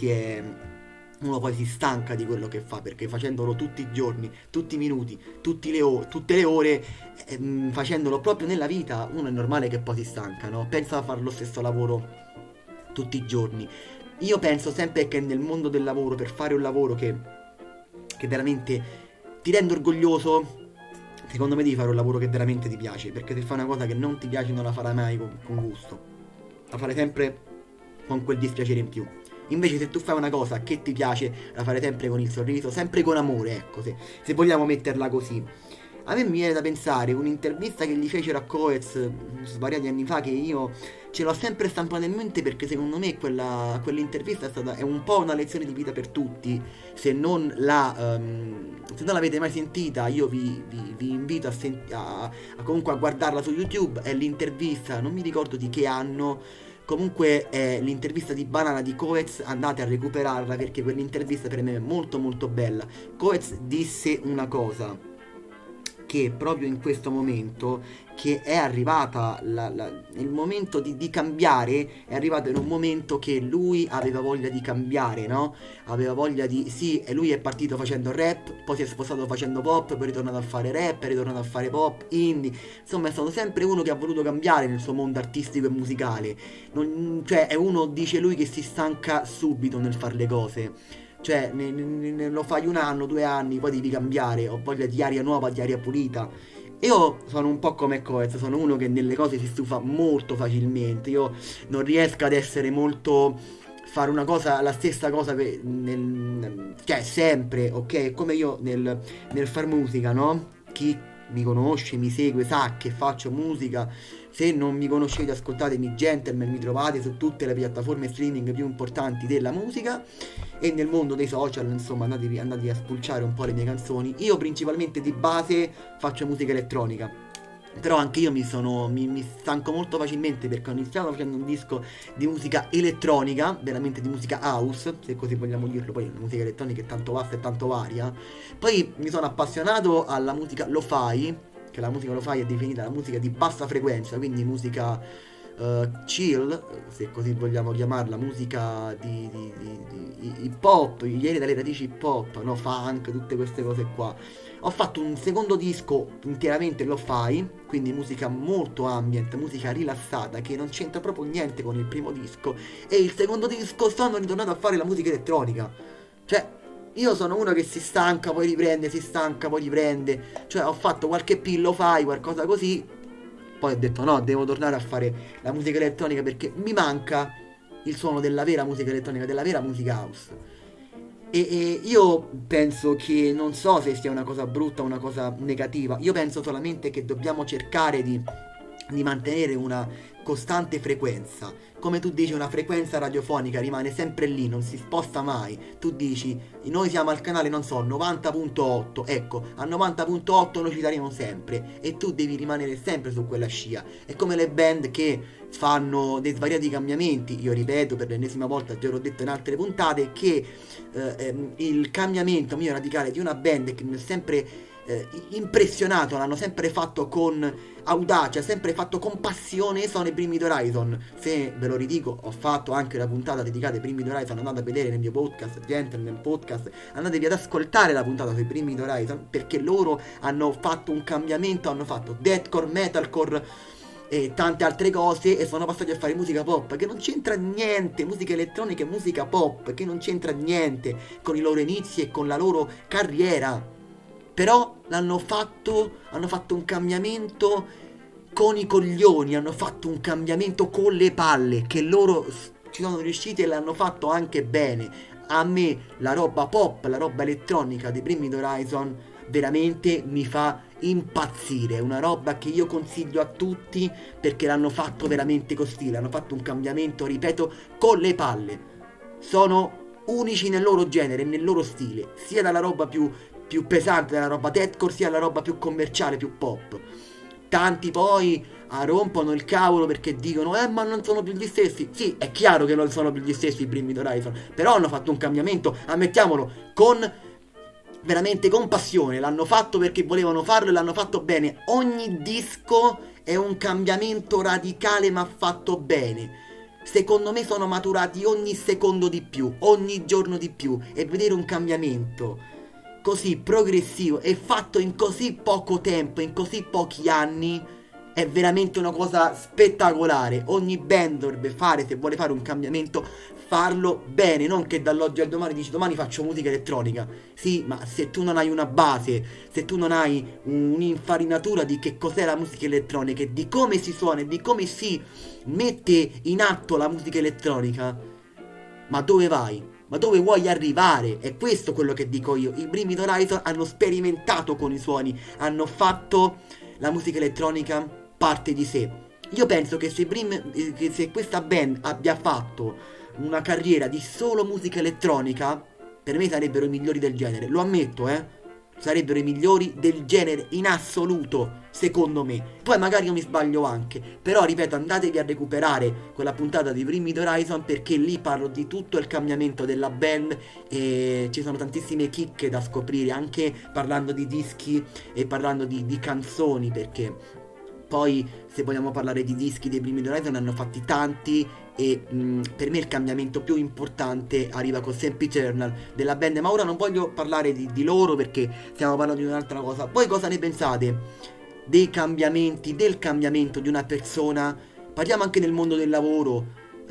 Speaker 1: poi si stanca di quello che fa, perché facendolo tutti i giorni, tutti i minuti, tutte le ore, facendolo proprio nella vita, uno è normale che poi si stanca, no? Pensa a fare lo stesso lavoro tutti i giorni. Io penso sempre che nel mondo del lavoro, per fare un lavoro che veramente ti rende orgoglioso, secondo me devi fare un lavoro che veramente ti piace, perché se fai una cosa che non ti piace non la farai mai con gusto, la farai sempre con quel dispiacere in più. Invece se tu fai una cosa che ti piace, la farai sempre con il sorriso, sempre con amore, ecco, se vogliamo metterla così. A me mi viene da pensare un'intervista che gli fecero a Coez svariati anni fa, che io ce l'ho sempre stampata in mente, perché secondo me quell'intervista è un po' una lezione di vita per tutti. Se non l'avete mai sentita, io vi invito comunque a guardarla su YouTube. È l'intervista, non mi ricordo di che anno, Comunque l'intervista di Banana di Coez, andate a recuperarla perché quell'intervista per me è molto molto bella. Coez disse una cosa, che proprio in questo momento, che è arrivata il momento di cambiare, è arrivato in un momento che lui aveva voglia di cambiare, no? Aveva voglia di, sì, e lui è partito facendo rap, poi si è spostato facendo pop, poi è ritornato a fare rap, è ritornato a fare pop, indie, insomma è stato sempre uno che ha voluto cambiare nel suo mondo artistico e musicale. Cioè è uno, dice lui, che si stanca subito nel fare le cose. Cioè, lo fai un anno, 2 anni, poi devi cambiare. Ho voglia di aria nuova, di aria pulita. Io sono un po' come Coez, sono uno che nelle cose si stufa molto facilmente. Io non riesco ad essere molto, fare una cosa, la stessa cosa cioè sempre, ok? Come io nel far musica, no? Chi mi conosce, mi segue, sa che faccio musica. Se non mi conoscete, ascoltatemi Gentleman, mi trovate su tutte le piattaforme streaming più importanti della musica e nel mondo dei social, insomma, andate a spulciare un po' le mie canzoni. Io principalmente di base faccio musica elettronica, però anche io mi stanco molto facilmente, perché ho iniziato facendo un disco di musica elettronica, veramente di musica house, se così vogliamo dirlo. Poi la musica elettronica è tanto vasta e tanto varia. Poi mi sono appassionato alla musica lo-fi, che la musica lo-fi è definita la musica di bassa frequenza, quindi musica chill, se così vogliamo chiamarla, musica di hip hop, ieri dalle radici hip hop, no, funk, tutte queste cose qua. Ho fatto un secondo disco interamente lo-fi, quindi musica molto ambient, musica rilassata, che non c'entra proprio niente con il primo disco. E il secondo disco sono ritornato a fare la musica elettronica. Cioè, io sono uno che si stanca, poi riprende, si stanca, poi riprende. Cioè, ho fatto qualche pillo, fai qualcosa così. Poi ho detto no, devo tornare a fare la musica elettronica perché mi manca il suono della vera musica elettronica, della vera musica house. E io penso che, non so se sia una cosa brutta o una cosa negativa, io penso solamente che dobbiamo cercare di mantenere una costante frequenza. Come tu dici, una frequenza radiofonica rimane sempre lì, non si sposta mai. Tu dici, noi siamo al canale, non so, 90.8, ecco, a 90.8 noi ci saremo sempre, e tu devi rimanere sempre su quella scia. È come le band che fanno dei svariati cambiamenti. Io ripeto per l'ennesima volta, già l'ho detto in altre puntate, che il cambiamento mio radicale di una band che mi ha sempre impressionato, l'hanno sempre fatto con audacia, sempre fatto con passione, sono i Bring Me the Horizon. Se ve lo ridico, ho fatto anche una puntata dedicata ai Bring Me the Horizon, andate a vedere nel mio podcast, Gentleman Podcast, andatevi ad ascoltare la puntata sui Bring Me the Horizon, perché loro hanno fatto un cambiamento, hanno fatto deathcore, metalcore e tante altre cose, e sono passati a fare musica pop, che non c'entra niente, musica elettronica e musica pop, che non c'entra niente con i loro inizi e con la loro carriera. Però hanno fatto un cambiamento con i coglioni, hanno fatto un cambiamento con le palle, che loro ci sono riusciti e l'hanno fatto anche bene. A me la roba pop, la roba elettronica di Bring Me the Horizon veramente mi fa impazzire. È una roba che io consiglio a tutti, perché l'hanno fatto veramente con stile, hanno fatto un cambiamento, ripeto, con le palle. Sono unici nel loro genere, nel loro stile, sia dalla roba più pesante, dalla roba deathcore, sia dalla roba più commerciale, più pop. Tanti poi rompono il cavolo perché dicono ma non sono più gli stessi. Sì, è chiaro che non sono più gli stessi i Bring Me the Horizon, però hanno fatto un cambiamento, ammettiamolo, con veramente con passione. L'hanno fatto perché volevano farlo e l'hanno fatto bene. Ogni disco è un cambiamento radicale, ma fatto bene. Secondo me sono maturati ogni secondo di più, ogni giorno di più, e vedere un cambiamento così progressivo e fatto in così poco tempo, in così pochi anni, è veramente una cosa spettacolare. Ogni band dovrebbe fare, se vuole fare un cambiamento, farlo bene, non che dall'oggi al domani dici domani faccio musica elettronica. Sì, ma se tu non hai una base, se tu non hai un'infarinatura di che cos'è la musica elettronica e di come si suona e di come si mette in atto la musica elettronica, ma dove vai? Ma dove vuoi arrivare? È questo quello che dico io. I Bring Me the Horizon hanno sperimentato con i suoni, hanno fatto la musica elettronica parte di sé. Io penso che se questa band abbia fatto una carriera di solo musica elettronica, per me sarebbero i migliori del genere. Lo ammetto, sarebbero i migliori del genere in assoluto, secondo me. Poi magari io mi sbaglio anche, però ripeto, andatevi a recuperare quella puntata di Bring Me The Horizon, perché lì parlo di tutto il cambiamento della band e ci sono tantissime chicche da scoprire, anche parlando di dischi e parlando di canzoni, perché poi se vogliamo parlare di dischi dei Bring Me The Horizon, ne hanno fatti tanti e per me il cambiamento più importante arriva con Sam Eternal della band. Ma ora non voglio parlare di loro, perché stiamo parlando di un'altra cosa. Voi cosa ne pensate dei cambiamenti, del cambiamento di una persona? Parliamo anche nel mondo del lavoro,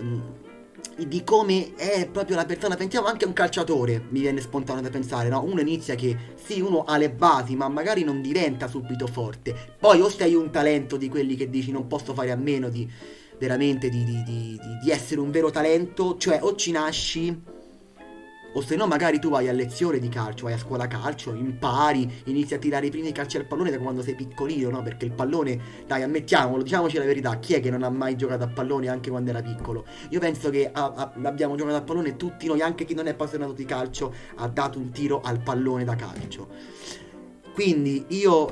Speaker 1: di come è proprio la persona. Pensiamo anche a un calciatore, mi viene spontaneo da pensare, no? Uno inizia che sì, uno ha le basi, ma magari non diventa subito forte. Poi o sei un talento di quelli che dici non posso fare a meno di veramente di essere un vero talento, cioè o ci nasci, o se no magari tu vai a lezione di calcio, vai a scuola calcio, impari, inizi a tirare i primi calci al pallone da quando sei piccolino, no? Perché il pallone, dai, ammettiamolo, diciamoci la verità, chi è che non ha mai giocato a pallone anche quando era piccolo? Io penso che abbiamo giocato a pallone tutti noi, anche chi non è appassionato di calcio ha dato un tiro al pallone da calcio. Quindi io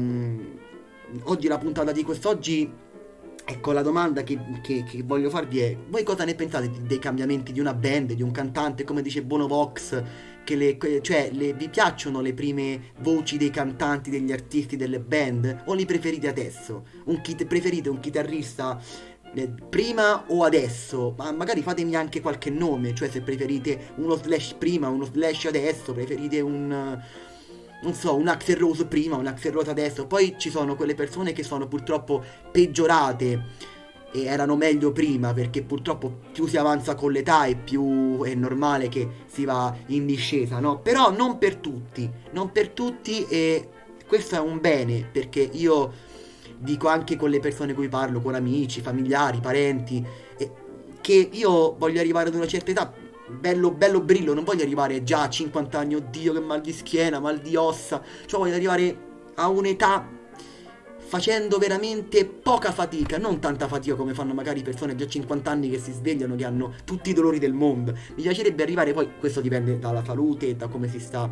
Speaker 1: oggi la puntata di quest'oggi, ecco, la domanda che voglio farvi è: voi cosa ne pensate dei cambiamenti di una band, di un cantante? Come dice Bono Vox, cioè vi piacciono le prime voci dei cantanti, degli artisti delle band? O li preferite adesso? Preferite un chitarrista prima o adesso? Ma magari fatemi anche qualche nome, cioè se preferite uno Slash prima, uno Slash adesso, preferite non so, un Axl Rose prima, un Axl Rose adesso. Poi ci sono quelle persone che sono purtroppo peggiorate e erano meglio prima, perché purtroppo più si avanza con l'età e più è normale che si va in discesa, no? Però non per tutti, non per tutti, e questo è un bene, perché io dico anche con le persone con cui parlo, con amici, familiari, parenti, che io voglio arrivare ad una certa età. Bello brillo, non voglio arrivare già a 50 anni, oddio che mal di schiena, mal di ossa, cioè voglio arrivare a un'età facendo veramente poca fatica, non tanta fatica come fanno magari persone già a 50 anni che si svegliano, che hanno tutti i dolori del mondo. Mi piacerebbe arrivare, poi questo dipende dalla salute, da come si sta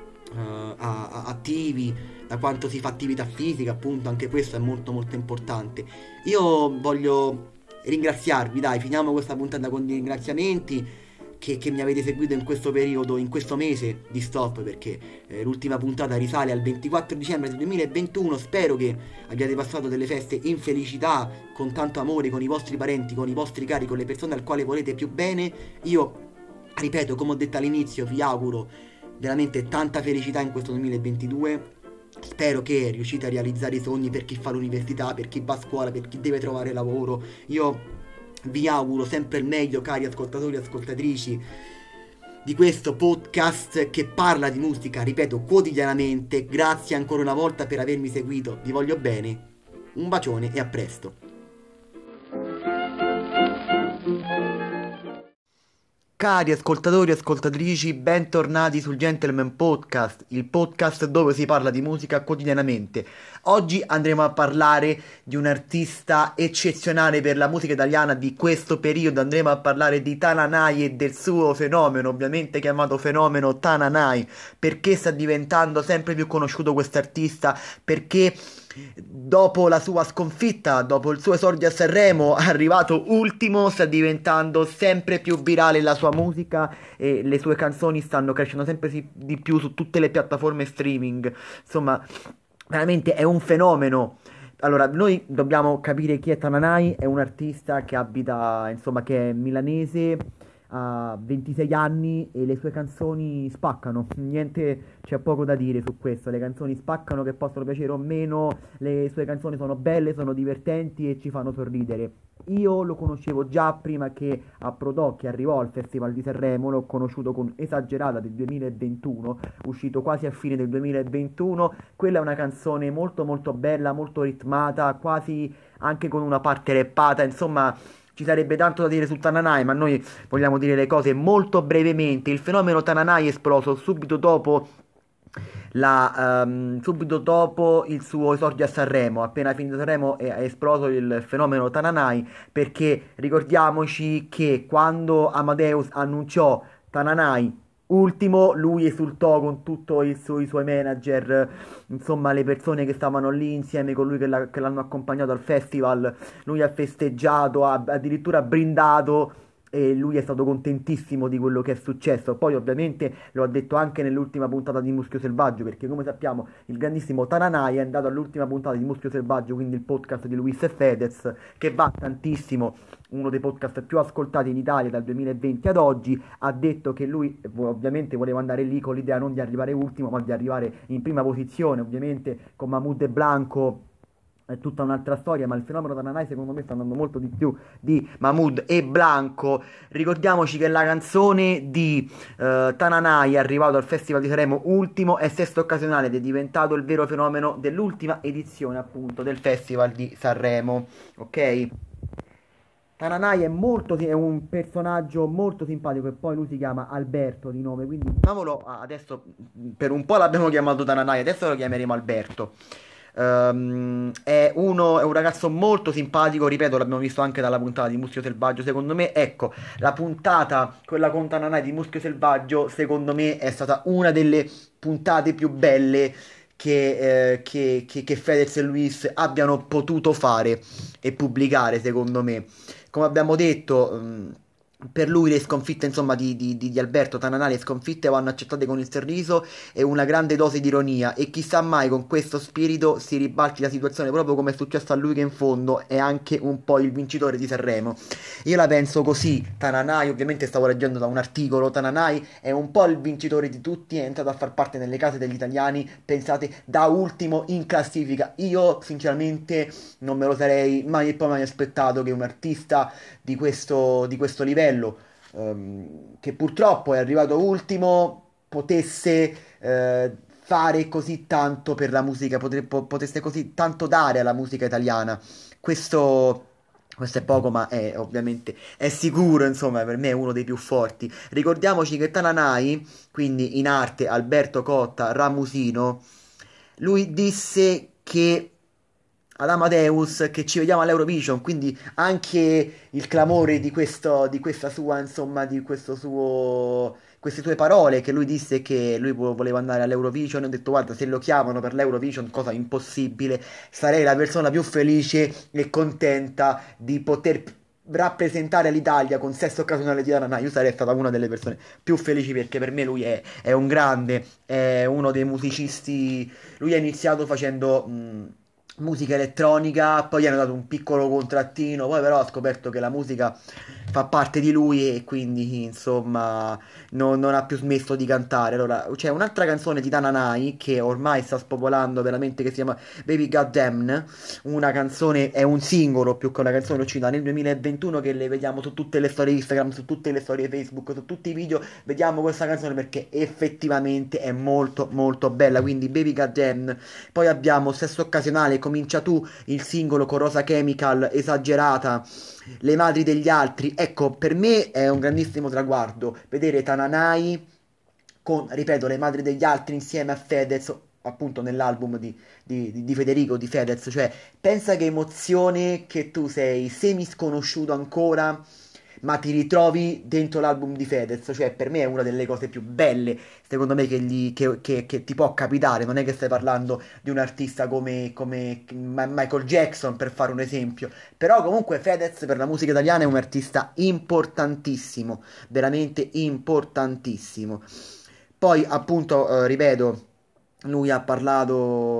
Speaker 1: attivi, da quanto si fa attività fisica, appunto, anche questo è molto molto importante. Io voglio ringraziarvi, dai, finiamo questa puntata con i ringraziamenti che mi avete seguito in questo periodo, in questo mese di stop, perché l'ultima puntata risale al 24 dicembre del 2021. Spero che abbiate passato delle feste in felicità, con tanto amore, con i vostri parenti, con i vostri cari, con le persone al quale volete più bene. Io, ripeto, come ho detto all'inizio, vi auguro veramente tanta felicità in questo 2022. Spero che riuscite a realizzare i sogni per chi fa l'università, per chi va a scuola, per chi deve trovare lavoro. Io vi auguro sempre il meglio, cari ascoltatori e ascoltatrici di questo podcast che parla di musica, ripeto, quotidianamente. Grazie ancora una volta per avermi seguito, vi voglio bene, un bacione e a presto. Cari ascoltatori e ascoltatrici, bentornati sul Gentleman Podcast, il podcast dove si parla di musica quotidianamente. Oggi andremo a parlare di un artista eccezionale per la musica italiana di questo periodo. Andremo a parlare di Tananai e del suo fenomeno, ovviamente chiamato fenomeno Tananai. Perché sta diventando sempre più conosciuto quest'artista? Perché dopo la sua sconfitta, dopo il suo esordio a Sanremo, arrivato ultimo, sta diventando sempre più virale la sua musica e le sue canzoni stanno crescendo sempre di più su tutte le piattaforme streaming. Insomma, veramente è un fenomeno. Allora, noi dobbiamo capire chi è Tananai. È un artista che abita, insomma, che è milanese, ha 26 anni e le sue canzoni spaccano. Niente, c'è poco da dire su questo. Le canzoni spaccano, che possono piacere o meno. Le sue canzoni sono belle, sono divertenti e ci fanno sorridere. Io lo conoscevo già prima che che arrivò al Festival di Sanremo. L'ho conosciuto con Esagerata del 2021, uscito quasi a fine del 2021. Quella è una canzone molto molto bella, molto ritmata, quasi anche con una parte rappata. Insomma, ci sarebbe tanto da dire su Tananai, ma noi vogliamo dire le cose molto brevemente. Il fenomeno Tananai è esploso subito dopo subito dopo il suo esordio a Sanremo. Appena finito Sanremo è esploso il fenomeno Tananai, perché ricordiamoci che quando Amadeus annunciò Tananai ultimo, lui esultò con i suoi manager, insomma, le persone che stavano lì insieme con lui, che l'hanno accompagnato al festival. Lui ha festeggiato, ha addirittura brindato. E lui è stato contentissimo di quello che è successo. Poi, ovviamente, lo ha detto anche nell'ultima puntata di Muschio Selvaggio, perché, come sappiamo, il grandissimo Tananai è andato all'ultima puntata di Muschio Selvaggio, quindi il podcast di Luis e Fedez, che va tantissimo, uno dei podcast più ascoltati in Italia dal 2020 ad oggi. Ha detto che lui ovviamente voleva andare lì con l'idea non di arrivare ultimo, ma di arrivare in prima posizione, ovviamente con Mahmood e Blanco. È tutta un'altra storia, ma il fenomeno Tananai secondo me sta andando molto di più di Mahmood e Blanco. Ricordiamoci che la canzone di Tananai è arrivato al Festival di Sanremo ultimo e sesto occasionale ed è diventato il vero fenomeno dell'ultima edizione appunto del Festival di Sanremo. Ok? Tananai è un personaggio molto simpatico e poi lui si chiama Alberto di nome, quindi chiamiamolo adesso, per un po' l'abbiamo chiamato Tananai, adesso lo chiameremo Alberto. È un ragazzo molto simpatico, ripeto, l'abbiamo visto anche dalla puntata di Muschio Selvaggio. Secondo me, ecco, la puntata, quella con Tananai di Muschio Selvaggio, secondo me è stata una delle puntate più belle che Fedez e Luis abbiano potuto fare e pubblicare, secondo me. Come abbiamo detto, per lui le sconfitte, insomma, di Alberto Tananai, le sconfitte vanno accettate con il sorriso e una grande dose di ironia. E chissà mai con questo spirito si ribalti la situazione, proprio come è successo a lui, che in fondo è anche un po' il vincitore di Sanremo. Io la penso così. Tananai, ovviamente stavo leggendo da un articolo, Tananai è un po' il vincitore di tutti, è entrato a far parte nelle case degli italiani, pensate, da ultimo in classifica. Io sinceramente non me lo sarei mai e poi mai aspettato che un artista di questo livello, che purtroppo è arrivato ultimo, potesse fare così tanto per la musica, potesse così tanto dare alla musica italiana. Questo, questo è poco, ma è ovviamente è sicuro, insomma, per me è uno dei più forti. Ricordiamoci che Tananai, quindi in arte Alberto Cotta Ramusino, lui disse che ad Amadeus che ci vediamo all'Eurovision, quindi anche il clamore di questa sua, insomma, di questo suo, queste sue parole che lui disse che lui voleva andare all'Eurovision. Ho detto, guarda, se lo chiamano per l'Eurovision, cosa impossibile, sarei la persona più felice e contenta di poter rappresentare l'Italia con sesto occasionale di Arana. Io sarei stata una delle persone più felici, perché per me lui è un grande, è uno dei musicisti. Lui ha iniziato facendo musica elettronica, poi gli hanno dato un piccolo contrattino, poi però ha scoperto che la musica fa parte di lui e quindi insomma non ha più smesso di cantare. Allora c'è un'altra canzone di Tananai che ormai sta spopolando veramente, che si chiama Baby Goddamn, una canzone, è un singolo più che una canzone uscita nel 2021, che le vediamo su tutte le storie Instagram, su tutte le storie Facebook, su tutti i video, vediamo questa canzone perché effettivamente è molto molto bella. Quindi Baby Goddamn. Poi abbiamo Sesso Occasionale, Comincia Tu, il singolo con Rosa Chemical, Esagerata, Le madri degli altri. Ecco, per me è un grandissimo traguardo vedere Tananai con, ripeto, Le madri degli altri insieme a Fedez, appunto nell'album di Federico, di Fedez. Cioè, pensa che emozione, che tu sei semi sconosciuto ancora, ma ti ritrovi dentro l'album di Fedez. Cioè, per me è una delle cose più belle, secondo me, che ti può capitare. Non è che stai parlando di un artista come Michael Jackson, per fare un esempio. Però comunque Fedez per la musica italiana è un artista importantissimo, veramente importantissimo. Poi, appunto, ripeto, lui ha parlato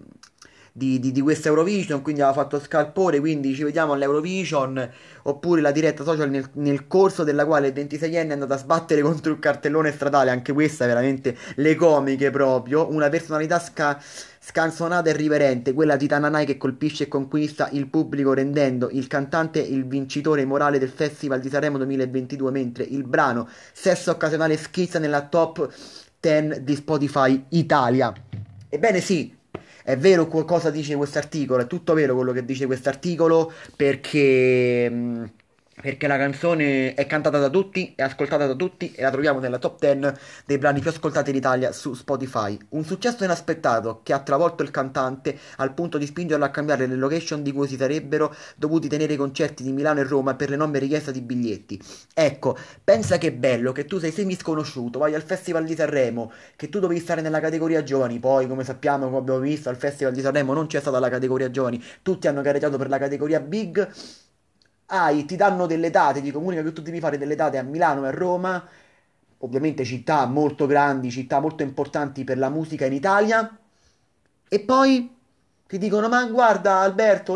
Speaker 1: di questa Eurovision, quindi aveva fatto scalpore, quindi ci vediamo all'Eurovision, oppure la diretta social nel corso della quale il 26enne è andato a sbattere contro il cartellone stradale. Anche questa è veramente le comiche proprio, una personalità scanzonata e riverente, quella di Tananai, che colpisce e conquista il pubblico rendendo il cantante il vincitore morale del Festival di Sanremo 2022, mentre il brano Sesso Occasionale schizza nella top 10 di Spotify Italia. Ebbene sì, è vero cosa dice questo articolo, è tutto vero quello che dice questo articolo, perché perché la canzone è cantata da tutti, è ascoltata da tutti e la troviamo nella top 10 dei brani più ascoltati in Italia su Spotify. Un successo inaspettato che ha travolto il cantante al punto di spingerlo a cambiare le location di cui si sarebbero dovuti tenere i concerti di Milano e Roma per l'enorme richiesta di biglietti. Ecco, pensa che bello che tu sei semi sconosciuto, vai al Festival di Sanremo, che tu dovevi stare nella categoria giovani, poi come sappiamo, come abbiamo visto, al Festival di Sanremo non c'è stata la categoria giovani, tutti hanno gareggiato per la categoria big. Ti danno delle date, ti comunicano che tu devi fare delle date a Milano e a Roma, ovviamente città molto grandi, città molto importanti per la musica in Italia, e poi ti dicono, ma guarda Alberto,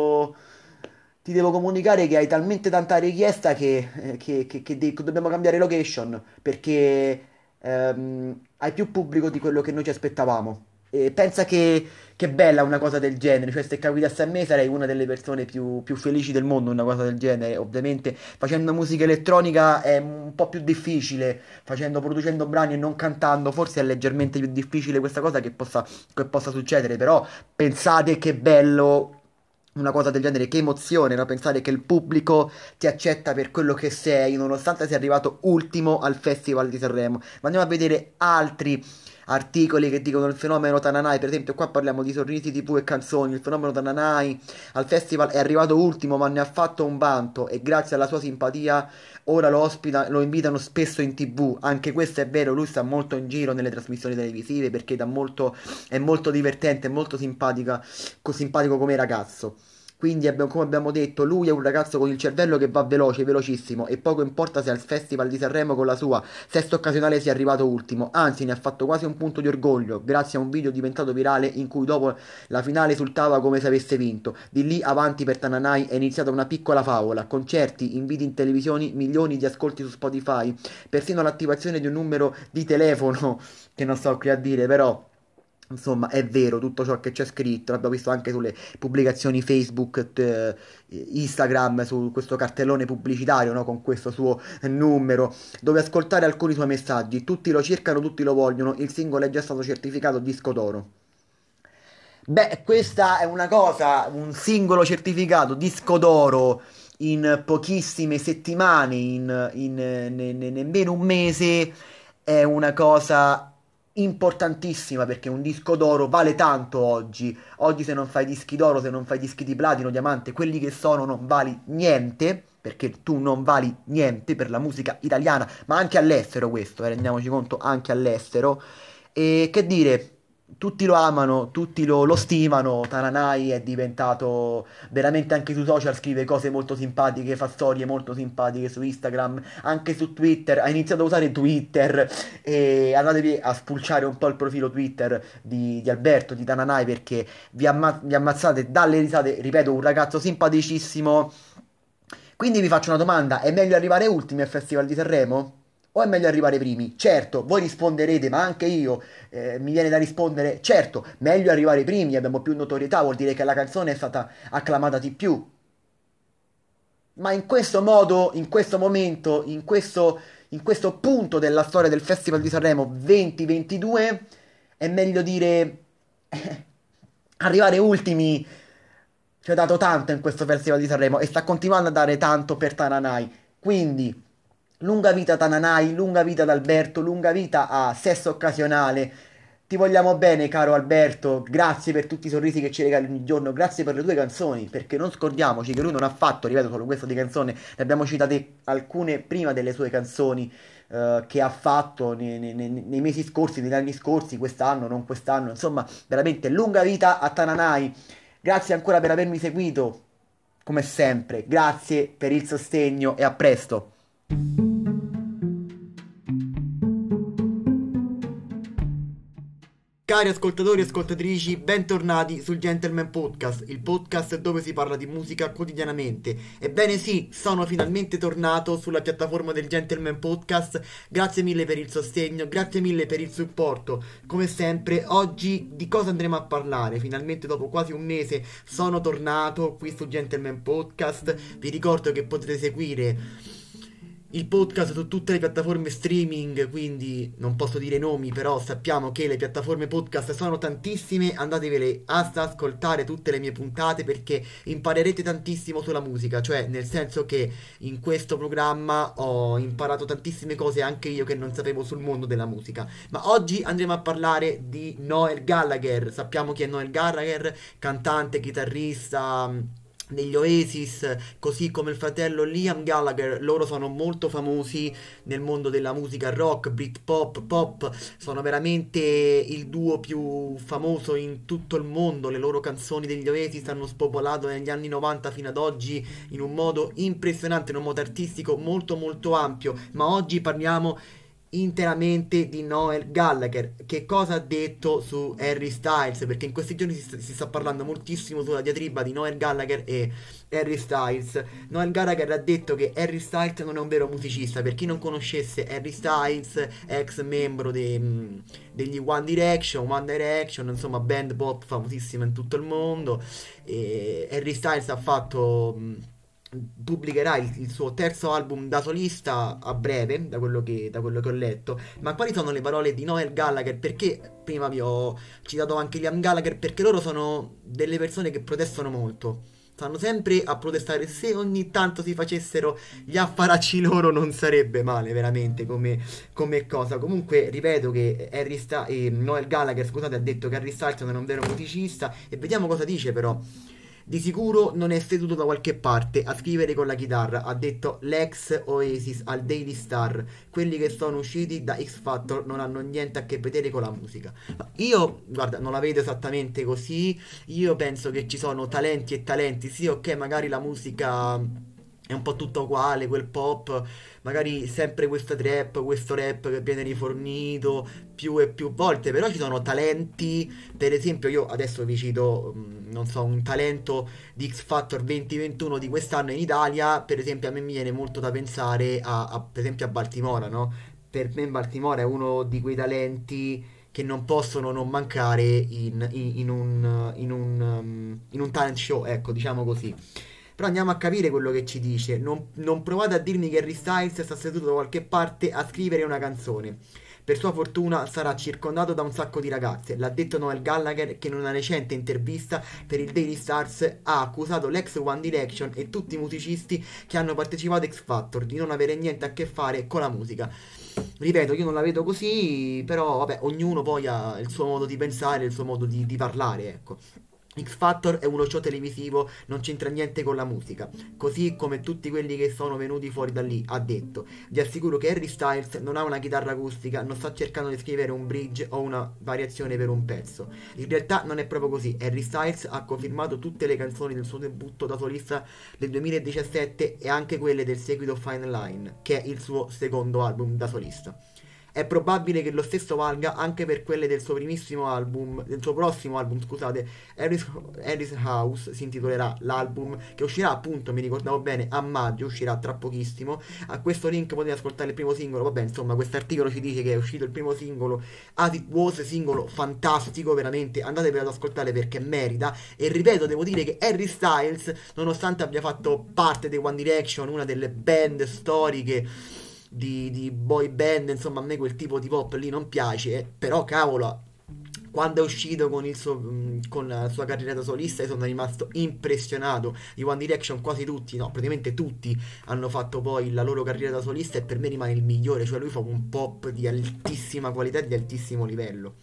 Speaker 1: ti devo comunicare che hai talmente tanta richiesta che dobbiamo cambiare location, perché hai più pubblico di quello che noi ci aspettavamo. E pensa che bella una cosa del genere, cioè se capitasse a me sarei una delle persone più felici del mondo, una cosa del genere. Ovviamente facendo musica elettronica è un po' più difficile, producendo brani e non cantando, forse è leggermente più difficile questa cosa che possa succedere, però pensate che bello una cosa del genere, che emozione, no? Pensare che il pubblico ti accetta per quello che sei, nonostante sia arrivato ultimo al Festival di Sanremo. Ma andiamo a vedere altri articoli che dicono il fenomeno Tananai, per esempio qua parliamo di Sorrisi TV e canzoni, il fenomeno Tananai al festival è arrivato ultimo ma ne ha fatto un vanto e grazie alla sua simpatia ora lo invitano spesso in TV, anche questo è vero, lui sta molto in giro nelle trasmissioni televisive perché è molto divertente, è molto simpatico come ragazzo. Quindi, come abbiamo detto, lui è un ragazzo con il cervello che va veloce, velocissimo, e poco importa se al Festival di Sanremo con la sua sesta occasionale sia arrivato ultimo, anzi ne ha fatto quasi un punto di orgoglio, grazie a un video diventato virale in cui dopo la finale esultava come se avesse vinto. Di lì avanti per Tananai è iniziata una piccola favola, concerti, inviti in televisione, milioni di ascolti su Spotify, persino l'attivazione di un numero di telefono, che non sto qui a dire, però... Insomma, è vero tutto ciò che c'è scritto, l'abbiamo visto anche sulle pubblicazioni Facebook, Instagram, su questo cartellone pubblicitario, no? Con questo suo numero, dove ascoltare alcuni suoi messaggi. Tutti lo cercano, tutti lo vogliono, il singolo è già stato certificato disco d'oro. Beh, questa è una cosa, un singolo certificato disco d'oro in pochissime settimane, nemmeno un mese, è una cosa importantissima perché un disco d'oro vale tanto oggi. Oggi se non fai dischi d'oro, se non fai dischi di platino, diamante, quelli che sono non vali niente, perché tu non vali niente per la musica italiana, ma anche all'estero questo, rendiamoci conto, anche all'estero. E che dire, tutti lo amano, tutti lo stimano. Tananai è diventato veramente anche sui social, scrive cose molto simpatiche, fa storie molto simpatiche su Instagram, anche su Twitter. Ha iniziato a usare Twitter e andatevi a spulciare un po' il profilo Twitter di Alberto, di Tananai, perché vi ammazzate dalle risate. Ripeto, un ragazzo simpaticissimo. Quindi vi faccio una domanda: è meglio arrivare ultimi al Festival di Sanremo? O è meglio arrivare primi? Certo, voi risponderete, ma anche io mi viene da rispondere, certo, meglio arrivare primi, abbiamo più notorietà, vuol dire che la canzone è stata acclamata di più. Ma in questo modo, in questo momento, in questo punto della storia del Festival di Sanremo 2022, è meglio dire arrivare ultimi ci ha dato tanto in questo Festival di Sanremo e sta continuando a dare tanto per Tananai. Quindi, lunga vita Tananai, lunga vita ad Alberto, lunga vita a Sesso Occasionale. Ti vogliamo bene, caro Alberto. Grazie per tutti i sorrisi che ci regali ogni giorno. Grazie per le tue canzoni. Perché non scordiamoci che lui non ha fatto, ripeto, solo questo di canzone. Ne abbiamo citate alcune prima delle sue canzoni che ha fatto nei mesi scorsi, negli anni scorsi, quest'anno, non quest'anno. Insomma, veramente lunga vita a Tananai. Grazie ancora per avermi seguito, come sempre. Grazie per il sostegno e a presto. Cari ascoltatori e ascoltatrici, bentornati sul Gentleman Podcast, il podcast dove si parla di musica quotidianamente. Ebbene sì, sono finalmente tornato sulla piattaforma del Gentleman Podcast, grazie mille per il sostegno, grazie mille per il supporto. Come sempre, oggi di cosa andremo a parlare? Finalmente dopo quasi un mese sono tornato qui su Gentleman Podcast, vi ricordo che potete seguire il podcast su tutte le piattaforme streaming, quindi non posso dire nomi, però sappiamo che le piattaforme podcast sono tantissime, andatevele ad ascoltare tutte le mie puntate perché imparerete tantissimo sulla musica, cioè nel senso che in questo programma ho imparato tantissime cose anche io che non sapevo sul mondo della musica. Ma oggi andremo a parlare di Noel Gallagher, sappiamo chi è Noel Gallagher, cantante, chitarrista degli Oasis, così come il fratello Liam Gallagher. Loro sono molto famosi nel mondo della musica rock, Britpop, pop, sono veramente il duo più famoso in tutto il mondo. Le loro canzoni degli Oasis hanno spopolato negli anni 90 fino ad oggi in un modo impressionante, in un modo artistico molto molto ampio, ma oggi parliamo interamente di Noel Gallagher. Che cosa ha detto su Harry Styles? Perché in questi giorni si sta parlando moltissimo sulla diatriba di Noel Gallagher e Harry Styles. Noel Gallagher ha detto che Harry Styles non è un vero musicista. Per chi non conoscesse Harry Styles, ex membro degli One Direction, insomma band pop famosissima in tutto il mondo, e Harry Styles ha fatto pubblicherà il suo terzo album da solista a breve, da quello che ho letto. Ma quali sono le parole di Noel Gallagher? Perché prima vi ho citato anche Liam Gallagher? Perché loro sono delle persone che protestano molto. Stanno sempre a protestare. Se ogni tanto si facessero gli affaracci loro non sarebbe male, veramente, come cosa. Comunque, ripeto che Noel Gallagher, scusate, ha detto che Harry Styles non è un vero musicista. E vediamo cosa dice però. Di sicuro non è seduto da qualche parte a scrivere con la chitarra, ha detto l'ex Oasis al Daily Star. Quelli che sono usciti da X Factor non hanno niente a che vedere con la musica. Ma io, guarda, non la vedo esattamente così. Io penso che ci sono talenti e talenti. Sì, ok, magari la musica è un po' tutta uguale, quel pop, magari sempre questa trap, questo rap che viene rifornito più e più volte, però ci sono talenti. Per esempio io adesso vi cito, non so, un talento di X Factor 2021 di quest'anno in Italia. Per esempio a me mi viene molto da pensare per esempio a Baltimora, no? Per me Baltimora è uno di quei talenti che non possono non mancare in un talent show, ecco, diciamo così. Però andiamo a capire quello che ci dice. Non provate a dirmi che Harry Styles sta seduto da qualche parte a scrivere una canzone. Per sua fortuna sarà circondato da un sacco di ragazze. L'ha detto Noel Gallagher, che in una recente intervista per il Daily Stars ha accusato l'ex One Direction e tutti i musicisti che hanno partecipato a X Factor di non avere niente a che fare con la musica. Ripeto, io non la vedo così, però vabbè, ognuno poi ha il suo modo di pensare, il suo modo di parlare, ecco. X Factor è uno show televisivo, non c'entra niente con la musica, così come tutti quelli che sono venuti fuori da lì, ha detto. Vi assicuro che Harry Styles non ha una chitarra acustica, non sta cercando di scrivere un bridge o una variazione per un pezzo. In realtà non è proprio così. Harry Styles ha confermato tutte le canzoni del suo debutto da solista del 2017 e anche quelle del seguito Fine Line, che è il suo secondo album da solista. È probabile che lo stesso valga anche per quelle del suo primissimo album, del suo prossimo album, scusate, Harris House si intitolerà l'album, che uscirà appunto, mi ricordavo bene, a maggio, uscirà tra pochissimo. A questo link potete ascoltare il primo singolo, vabbè, insomma, quest'articolo ci dice che è uscito il primo singolo, As It Was, singolo fantastico, veramente, andatevelo ad ascoltare perché merita. E ripeto, devo dire che Harry Styles, nonostante abbia fatto parte dei One Direction, una delle band storiche di boy band, insomma a me quel tipo di pop lì non piace, però cavolo, quando è uscito con la sua carriera da solista io sono rimasto impressionato. I One Direction quasi tutti, no, praticamente tutti hanno fatto poi la loro carriera da solista e per me rimane il migliore, cioè lui fa un pop di altissima qualità e di altissimo livello.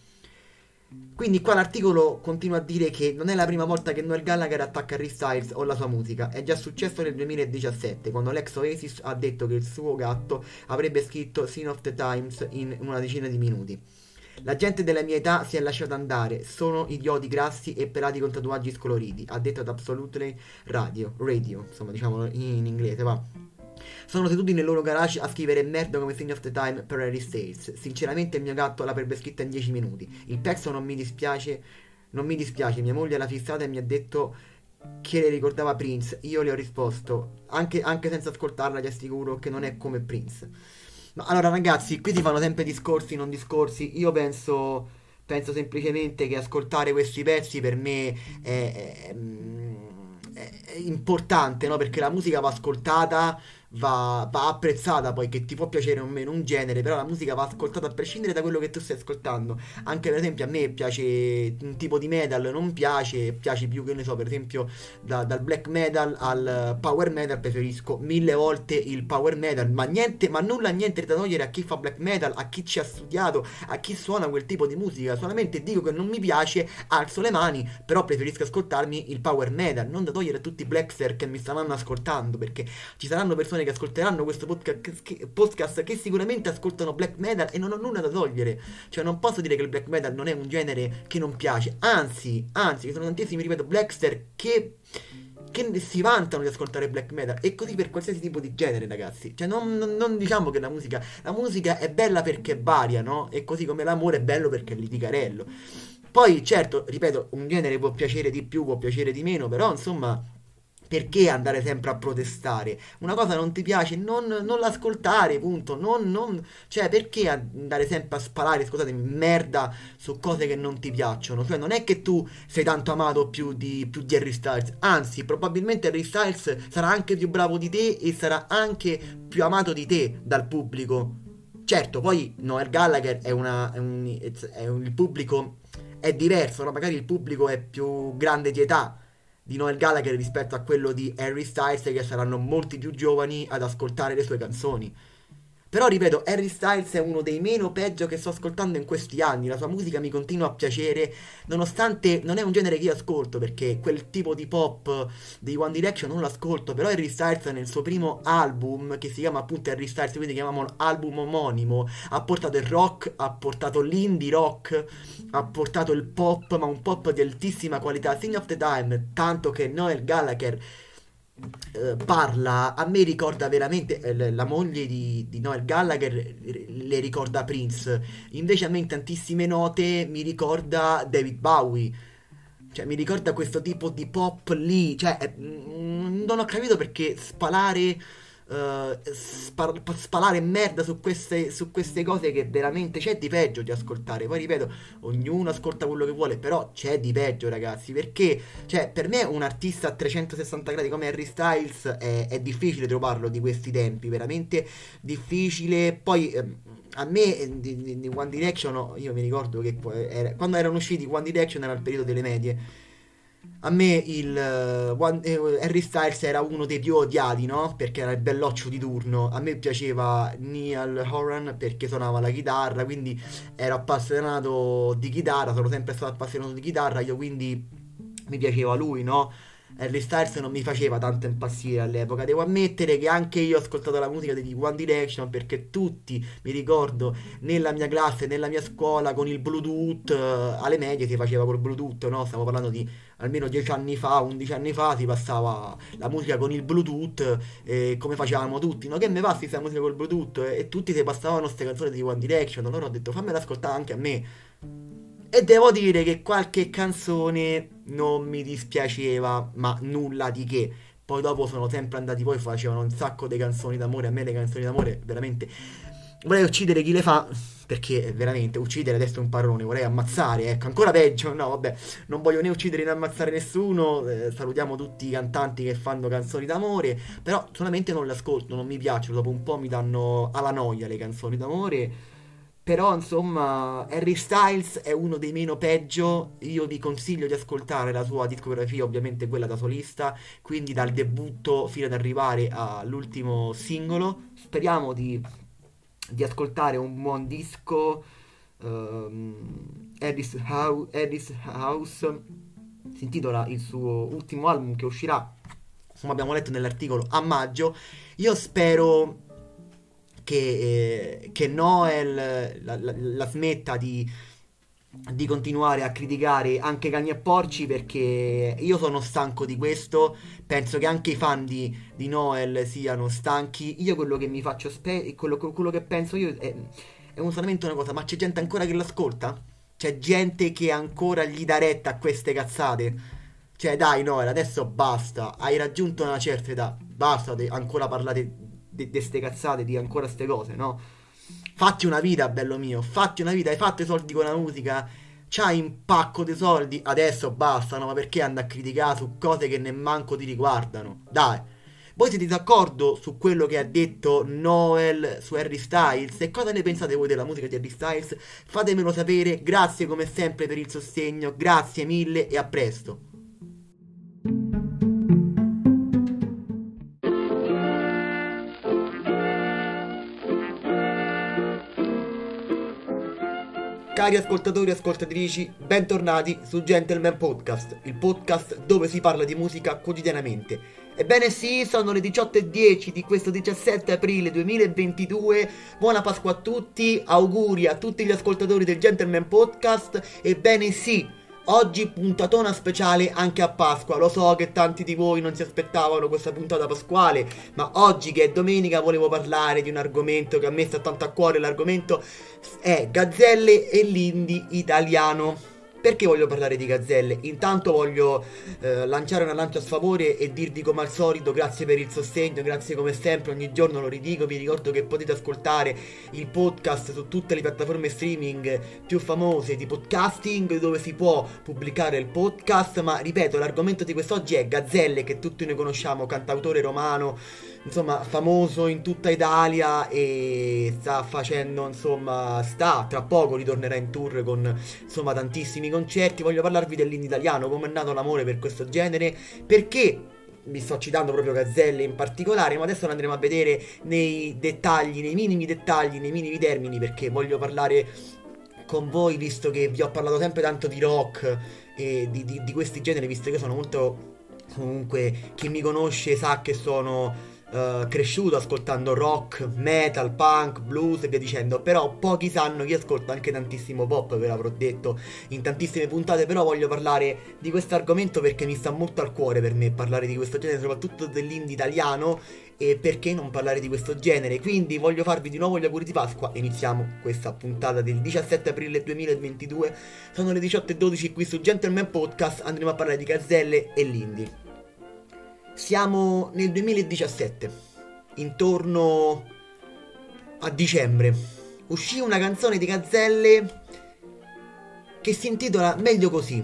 Speaker 1: Quindi qua l'articolo continua a dire che non è la prima volta che Noel Gallagher attacca Harry Styles o la sua musica, è già successo nel 2017 quando l'ex Oasis ha detto che il suo gatto avrebbe scritto Sign of the Times in una decina di minuti. La gente della mia età si è lasciata andare, sono idioti grassi e pelati con tatuaggi scoloriti, ha detto ad Absolutely Radio, insomma diciamo in inglese, va. Sono seduti nel loro garage a scrivere merda come Sign of the Time per Harry Styles. Sinceramente il mio gatto l'avrebbe scritta in 10 minuti. Il pezzo non mi dispiace, mia moglie l'ha fissata e mi ha detto che le ricordava Prince. Io le ho risposto, anche senza ascoltarla, ti assicuro che non è come Prince. Ma allora ragazzi, qui si fanno sempre discorsi, non discorsi. Io penso semplicemente che ascoltare questi pezzi per me è importante, no? Perché la musica va ascoltata, va apprezzata, poi che ti può piacere o meno un genere, però la musica va ascoltata a prescindere da quello che tu stai ascoltando. Anche per esempio a me piace un tipo di metal, non piace più che ne so, per esempio dal black metal al power metal preferisco mille volte il power metal, ma niente, ma nulla niente da togliere a chi fa black metal, a chi ci ha studiato, a chi suona quel tipo di musica. Solamente dico che non mi piace, alzo le mani, però preferisco ascoltarmi il power metal, non da togliere a tutti i blackster che mi stavano ascoltando, perché ci saranno persone che ascolteranno questo podcast che sicuramente ascoltano black metal e non ho nulla da togliere. Cioè non posso dire che il black metal non è un genere che non piace, anzi, ci sono tantissimi, ripeto, blackster che si vantano di ascoltare black metal, e così per qualsiasi tipo di genere, ragazzi. Cioè non diciamo che la musica è bella perché varia, no? E così come l'amore è bello perché è litigarello. Poi certo, ripeto, un genere può piacere di più, può piacere di meno, però insomma, perché andare sempre a protestare? Una cosa non ti piace, non l'ascoltare, punto. Cioè, perché andare sempre a sparare, scusatemi, merda su cose che non ti piacciono? Cioè, non è che tu sei tanto amato più di Harry Styles. Anzi, probabilmente Harry Styles sarà anche più bravo di te e sarà anche più amato di te dal pubblico. Certo, poi Noel Gallagher il pubblico è diverso, no? Magari il pubblico è più grande di età di Noel Gallagher rispetto a quello di Harry Styles, che saranno molti più giovani ad ascoltare le sue canzoni. Però ripeto, Harry Styles è uno dei meno peggio che sto ascoltando in questi anni. La sua musica mi continua a piacere, nonostante non è un genere che io ascolto, perché quel tipo di pop di One Direction non l'ascolto. Però Harry Styles nel suo primo album, che si chiama appunto Harry Styles, quindi chiamiamolo album omonimo, ha portato il rock, ha portato l'indie rock, ha portato il pop, ma un pop di altissima qualità, Sign of the Time, tanto che Noel Gallagher parla, a me ricorda veramente la moglie di Noel Gallagher, le ricorda Prince, invece a me in tantissime note mi ricorda David Bowie. Cioè, mi ricorda questo tipo di pop lì. Cioè, non ho capito perché spalare merda su queste cose, che veramente c'è di peggio di ascoltare. Poi ripeto, ognuno ascolta quello che vuole, però c'è di peggio, ragazzi. Perché, cioè, per me un artista a 360 gradi come Harry Styles è difficile trovarlo di questi tempi, veramente difficile. Poi a me di One Direction, io mi ricordo che quando erano usciti One Direction era il periodo delle medie. A me Harry Styles era uno dei più odiati, no? Perché era il belloccio di turno. A me piaceva Niall Horan perché suonava la chitarra, quindi ero appassionato di chitarra, sono sempre stato appassionato di chitarra, io quindi mi piaceva lui, no? Harry Styles non mi faceva tanto impazzire all'epoca. Devo ammettere che anche io ho ascoltato la musica di One Direction, perché tutti, mi ricordo, nella mia classe, nella mia scuola, con il Bluetooth, alle medie si faceva col Bluetooth, no? Stiamo parlando di almeno 10 anni fa, 11 anni fa, si passava la musica con il Bluetooth, come facevamo tutti, no? Che me passi questa musica col Bluetooth? E tutti si passavano queste canzoni di One Direction. Allora ho detto, fammela ascoltare anche a me. E devo dire che qualche canzone non mi dispiaceva, ma nulla di che. Poi dopo sono sempre andati, poi facevano un sacco di canzoni d'amore. A me le canzoni d'amore veramente vorrei uccidere chi le fa, perché veramente uccidere adesso è un parolone, vorrei ammazzare, ecco, ancora peggio. No, vabbè, non voglio né uccidere né ammazzare nessuno. Salutiamo tutti i cantanti che fanno canzoni d'amore, però solamente non le ascolto, non mi piacciono, dopo un po' mi danno alla noia le canzoni d'amore. Però insomma, Harry Styles è uno dei meno peggio. Io vi consiglio di ascoltare la sua discografia, ovviamente quella da solista, quindi dal debutto fino ad arrivare all'ultimo singolo. Speriamo di ascoltare un buon disco. Harris House si intitola il suo ultimo album, che uscirà, come abbiamo letto nell'articolo, a maggio. Io spero che Noel la smetta di continuare a criticare anche Cagni e Porci, perché io sono stanco di questo. Penso che anche i fan di Noel siano stanchi. Io quello che mi faccio quello che penso io è solamente una cosa: ma c'è gente ancora che l'ascolta? C'è gente che ancora gli dà retta a queste cazzate? Cioè dai Noel, adesso basta, hai raggiunto una certa età, basta ancora parlare di ste cazzate, di ancora ste cose, no? Fatti una vita, bello mio, fatti una vita, hai fatto i soldi con la musica, c'hai un pacco di soldi, adesso basta, no? Ma perché andare a criticare su cose che nemmanco ti riguardano? Dai, Voi siete d'accordo su quello che ha detto Noel su Harry Styles? E cosa ne pensate voi della musica di Harry Styles? Fatemelo sapere, grazie come sempre per il sostegno, grazie mille e a presto. Cari ascoltatori e ascoltatrici, bentornati su Gentleman Podcast, il podcast dove si parla di musica quotidianamente. Ebbene sì, sono le 18:10 di questo 17 aprile 2022, buona Pasqua a tutti, auguri a tutti gli ascoltatori del Gentleman Podcast. Ebbene sì, oggi puntatona speciale anche a Pasqua. Lo so che tanti di voi non si aspettavano questa puntata pasquale, ma oggi che è domenica volevo parlare di un argomento che a me sta tanto a cuore. L'argomento è Gazzelle e l'indie italiano. Perché voglio parlare di Gazzelle? Intanto voglio lanciare una lancia a sfavore e dirvi come al solito grazie per il sostegno, grazie come sempre, ogni giorno lo ridico, vi ricordo che potete ascoltare il podcast su tutte le piattaforme streaming più famose di podcasting dove si può pubblicare il podcast, ma ripeto, l'argomento di quest'oggi è Gazzelle, che tutti noi conosciamo, cantautore romano, insomma famoso in tutta Italia e sta facendo, insomma, tra poco ritornerà in tour con, insomma, tantissimi concerti. Voglio parlarvi dell'indie italiano, come è nato l'amore per questo genere, perché vi sto citando proprio Gazzelle in particolare, ma adesso lo andremo a vedere nei dettagli, nei minimi dettagli, nei minimi termini, perché voglio parlare con voi, visto che vi ho parlato sempre tanto di rock e di questi generi, visto che io sono molto, comunque chi mi conosce sa che sono cresciuto ascoltando rock, metal, punk, blues e via dicendo. Però pochi sanno che io ascolto anche tantissimo pop, ve l'avrò detto in tantissime puntate. Però voglio parlare di questo argomento perché mi sta molto al cuore per me parlare di questo genere, soprattutto dell'indie italiano. E perché non parlare di questo genere? Quindi voglio farvi di nuovo gli auguri di Pasqua. Iniziamo questa puntata del 17 aprile 2022. Sono le 18:12 qui su Gentleman Podcast. Andremo a parlare di Gazzelle e l'indie. Siamo nel 2017, intorno a dicembre. Uscì una canzone di Gazzelle che si intitola Meglio Così.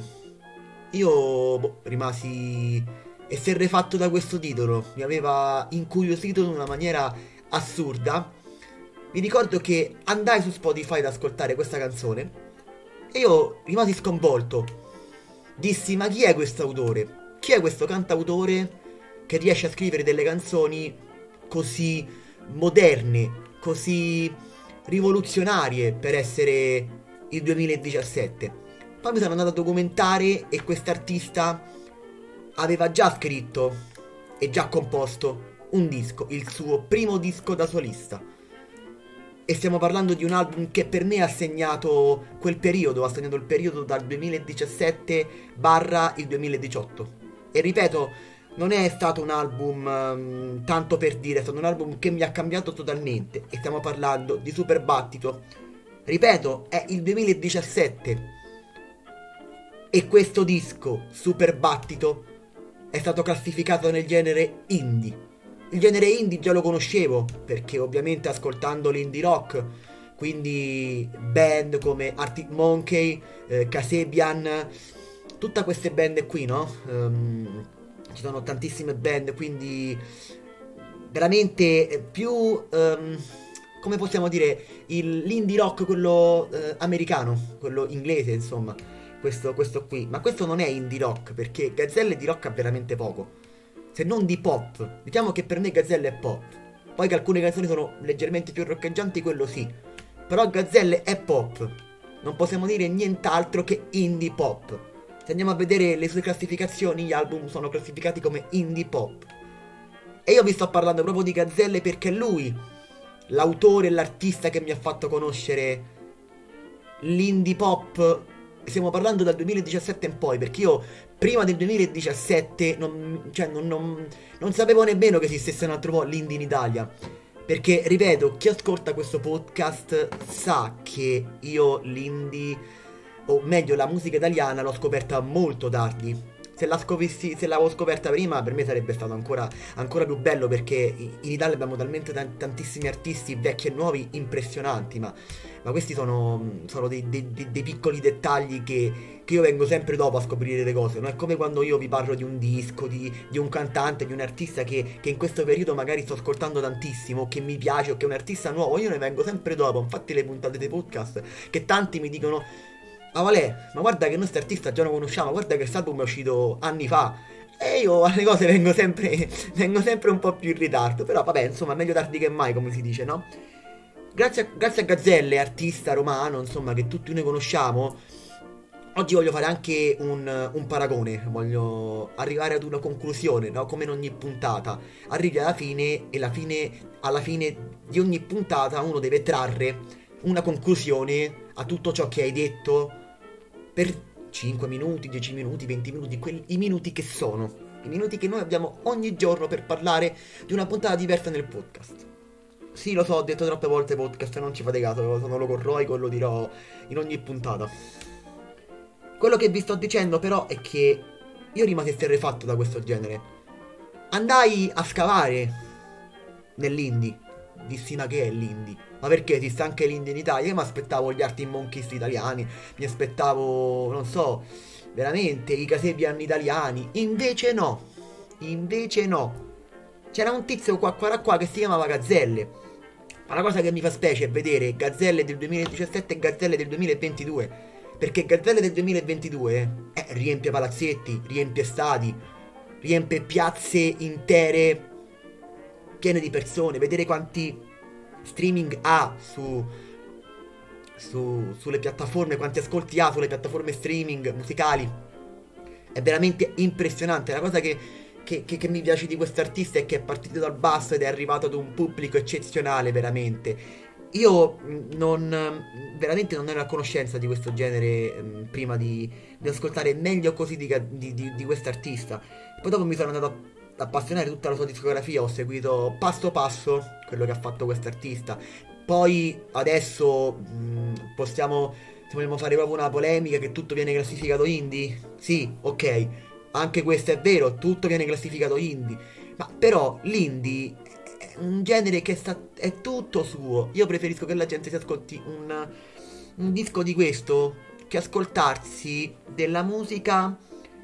Speaker 1: Io rimasi esterrefatto da questo titolo, mi aveva incuriosito in una maniera assurda. Mi ricordo che andai su Spotify ad ascoltare questa canzone e io rimasi sconvolto. Dissi: ma chi è questo autore? Chi è questo cantautore che riesce a scrivere delle canzoni così moderne, così rivoluzionarie per essere il 2017? Poi mi sono andato a documentare e quest'artista aveva già scritto e già composto un disco, il suo primo disco da solista. E stiamo parlando di un album che per me ha segnato quel periodo, ha segnato il periodo dal 2017 barra il 2018. E ripeto, non è stato un album tanto per dire, è stato un album che mi ha cambiato totalmente. E stiamo parlando di Super Battito. Ripeto, è il 2017 e questo disco, Super Battito, è stato classificato nel genere indie. Il genere indie già lo conoscevo, perché ovviamente ascoltando l'indie rock, quindi band come Arctic Monkey, Kasabian, tutte queste band qui, no? Ci sono tantissime band, quindi veramente più, come possiamo dire, l'indie rock, quello americano, quello inglese, insomma, questo qui. Ma questo non è indie rock, perché Gazzelle di rock ha veramente poco, se non di pop. Diciamo che per me Gazzelle è pop. Poi che alcune canzoni sono leggermente più roccheggianti, quello sì, però Gazzelle è pop. Non possiamo dire nient'altro che indie pop. Se andiamo a vedere le sue classificazioni, gli album sono classificati come indie pop. E io vi sto parlando proprio di Gazzelle perché è lui l'autore e l'artista che mi ha fatto conoscere l'indie pop. Stiamo parlando dal 2017 in poi, perché io prima del 2017 non sapevo nemmeno che esistesse un altro po' l'indie in Italia. Perché, ripeto, chi ascolta questo podcast sa che io l'indie, o meglio la musica italiana, l'ho scoperta molto tardi. se l'avevo scoperta prima, per me sarebbe stato ancora più bello, perché in Italia abbiamo talmente tantissimi artisti vecchi e nuovi impressionanti, ma questi sono dei piccoli dettagli che io vengo sempre dopo a scoprire le cose, no? È come quando io vi parlo di un disco, di un cantante, di un artista che in questo periodo magari sto ascoltando tantissimo, che mi piace, o che è un artista nuovo, io ne vengo sempre dopo. Infatti le puntate dei podcast, che tanti mi dicono: ah Valè, ma guarda che noi questo artista già lo conosciamo, guarda che questo album è uscito anni fa. E io alle cose vengo sempre un po' più in ritardo, però vabbè, insomma, meglio tardi che mai, come si dice, no? Grazie a Gazzelle, artista romano, insomma, che tutti noi conosciamo, oggi voglio fare anche un paragone, voglio arrivare ad una conclusione, no? Come in ogni puntata. Arrivi alla fine e alla fine di ogni puntata uno deve trarre una conclusione a tutto ciò che hai detto per 5 minuti, 10 minuti, 20 minuti, i minuti che sono. I minuti che noi abbiamo ogni giorno per parlare di una puntata diversa nel podcast. Sì, lo so, ho detto troppe volte podcast, non ci fate caso, sono logorroico e lo dirò in ogni puntata. Quello che vi sto dicendo però è che io rimasi esterrefatto da questo genere. Andai a scavare nell'indie. Dissi: ma che è l'indie? Ma perché esiste anche l'indie in Italia? Io mi aspettavo gli Arctic Monkeys italiani, mi aspettavo, non so, veramente i Casebian italiani. Invece no. C'era un tizio qua che si chiamava Gazzelle. Ma la cosa che mi fa specie è vedere Gazzelle del 2017 e Gazzelle del 2022. Perché Gazzelle del 2022 riempie palazzetti, riempie stadi, riempie piazze intere piene di persone. Vedere quanti streaming ha sulle piattaforme, quanti ascolti ha sulle piattaforme streaming musicali, è veramente impressionante. La cosa che mi piace di questo artista è che è partito dal basso ed è arrivato ad un pubblico eccezionale, veramente. Io veramente non ero a conoscenza di questo genere prima di ascoltare Meglio Così di questo artista. Poi dopo mi sono andato ad appassionare tutta la sua discografia, ho seguito passo passo quello che ha fatto questo artista. Poi adesso se vogliamo fare proprio una polemica, che tutto viene classificato indie, sì, ok, anche questo è vero, tutto viene classificato indie, ma però l'indie è un genere che è tutto suo. Io preferisco che la gente si ascolti un disco di questo che ascoltarsi della musica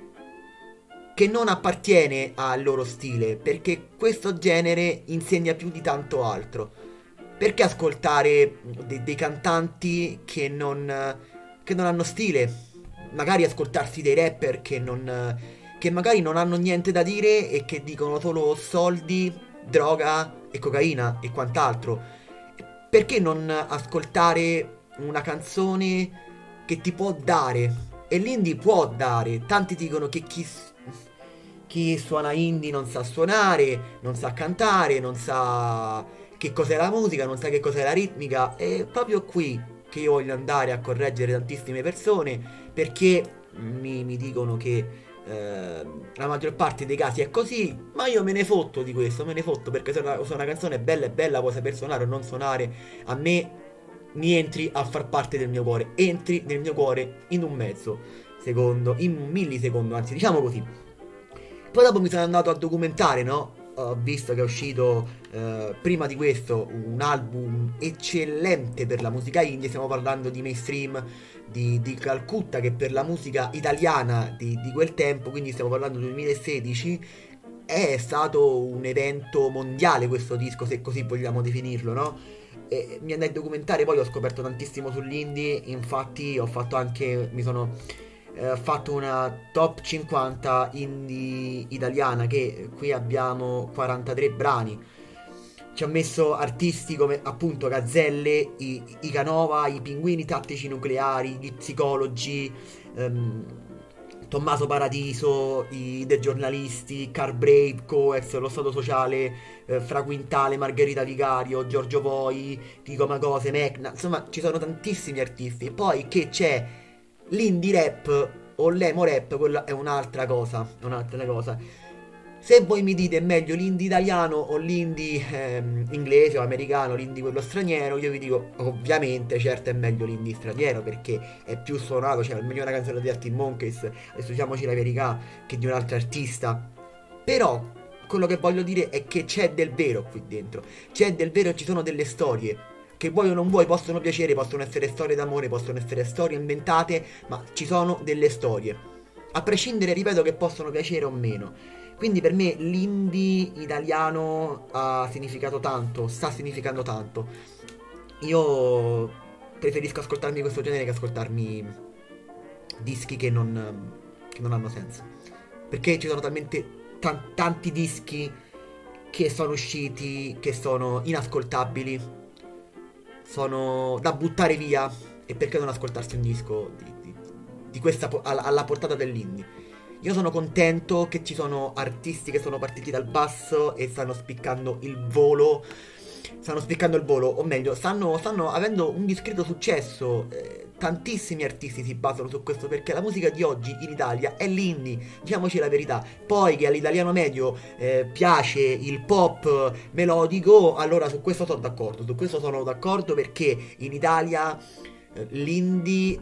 Speaker 1: che non appartiene al loro stile, perché questo genere insegna più di tanto altro. Perché ascoltare dei cantanti che non hanno stile? Magari ascoltarsi dei rapper che magari non hanno niente da dire e che dicono solo soldi, droga e cocaina e quant'altro. Perché non ascoltare una canzone che ti può dare? E l'indie può dare. Tanti dicono che chi suona indie non sa suonare, non sa cantare, non sa che cos'è la musica, non sa che cos'è la ritmica. È proprio qui che io voglio andare a correggere tantissime persone, perché mi dicono che la maggior parte dei casi è così, ma io me ne fotto di questo, perché se una canzone è bella, puoi saper suonare o non suonare, a me mi entri a far parte del mio cuore, entri nel mio cuore in un mezzo secondo, in un millisecondo, anzi diciamo così. Poi dopo mi sono andato a documentare, no? Ho visto che è uscito prima di questo un album eccellente per la musica indie. Stiamo parlando di Mainstream di Calcutta, che per la musica italiana di quel tempo, quindi stiamo parlando del 2016, è stato un evento mondiale questo disco, se così vogliamo definirlo, no? E mi andai a documentare, poi ho scoperto tantissimo sull'indie. Infatti ho fatto anche, mi sono fatto una top 50 indie italiana, che qui abbiamo 43 brani. Ci ho messo artisti come appunto Gazzelle, i Canova, i Pinguini Tattici Nucleari, gli Psicologi, Tommaso Paradiso, i The Giornalisti, Car Brave, Coex, Lo Stato Sociale, Fra Quintale, Margherita Vicario, Giorgio Poi, Chico Magose, Mecna. Insomma, ci sono tantissimi artisti. Poi che c'è l'indie rap o l'emo rap, quella è un'altra cosa, Se voi mi dite è meglio l'indie italiano o l'indie inglese o americano, l'indie quello straniero, io vi dico ovviamente certo è meglio l'indie straniero perché è più suonato, cioè almeno una canzone di Arctic Monkeys, adesso diciamoci la verità, che di un altro artista. Però quello che voglio dire è che c'è del vero qui dentro, c'è del vero e ci sono delle storie che vuoi o non vuoi possono piacere, possono essere storie d'amore, possono essere storie inventate, ma ci sono delle storie. A prescindere, ripeto, che possono piacere o meno. Quindi per me l'indie italiano ha significato tanto, sta significando tanto. Io preferisco ascoltarmi questo genere che ascoltarmi dischi che non hanno senso. Perché ci sono talmente tanti dischi che sono usciti, che sono inascoltabili, sono da buttare via. E perché non ascoltarsi un disco di questa alla portata dell'indie? Io sono contento che ci sono artisti che sono partiti dal basso e stanno spiccando il volo. Stanno spiccando il volo, o meglio, stanno avendo un discreto successo. Tantissimi artisti si basano su questo perché la musica di oggi in Italia è l'indie, diciamoci la verità. Poi che all'italiano medio piace il pop melodico, allora su questo sono d'accordo. Su questo sono d'accordo perché in Italia l'indie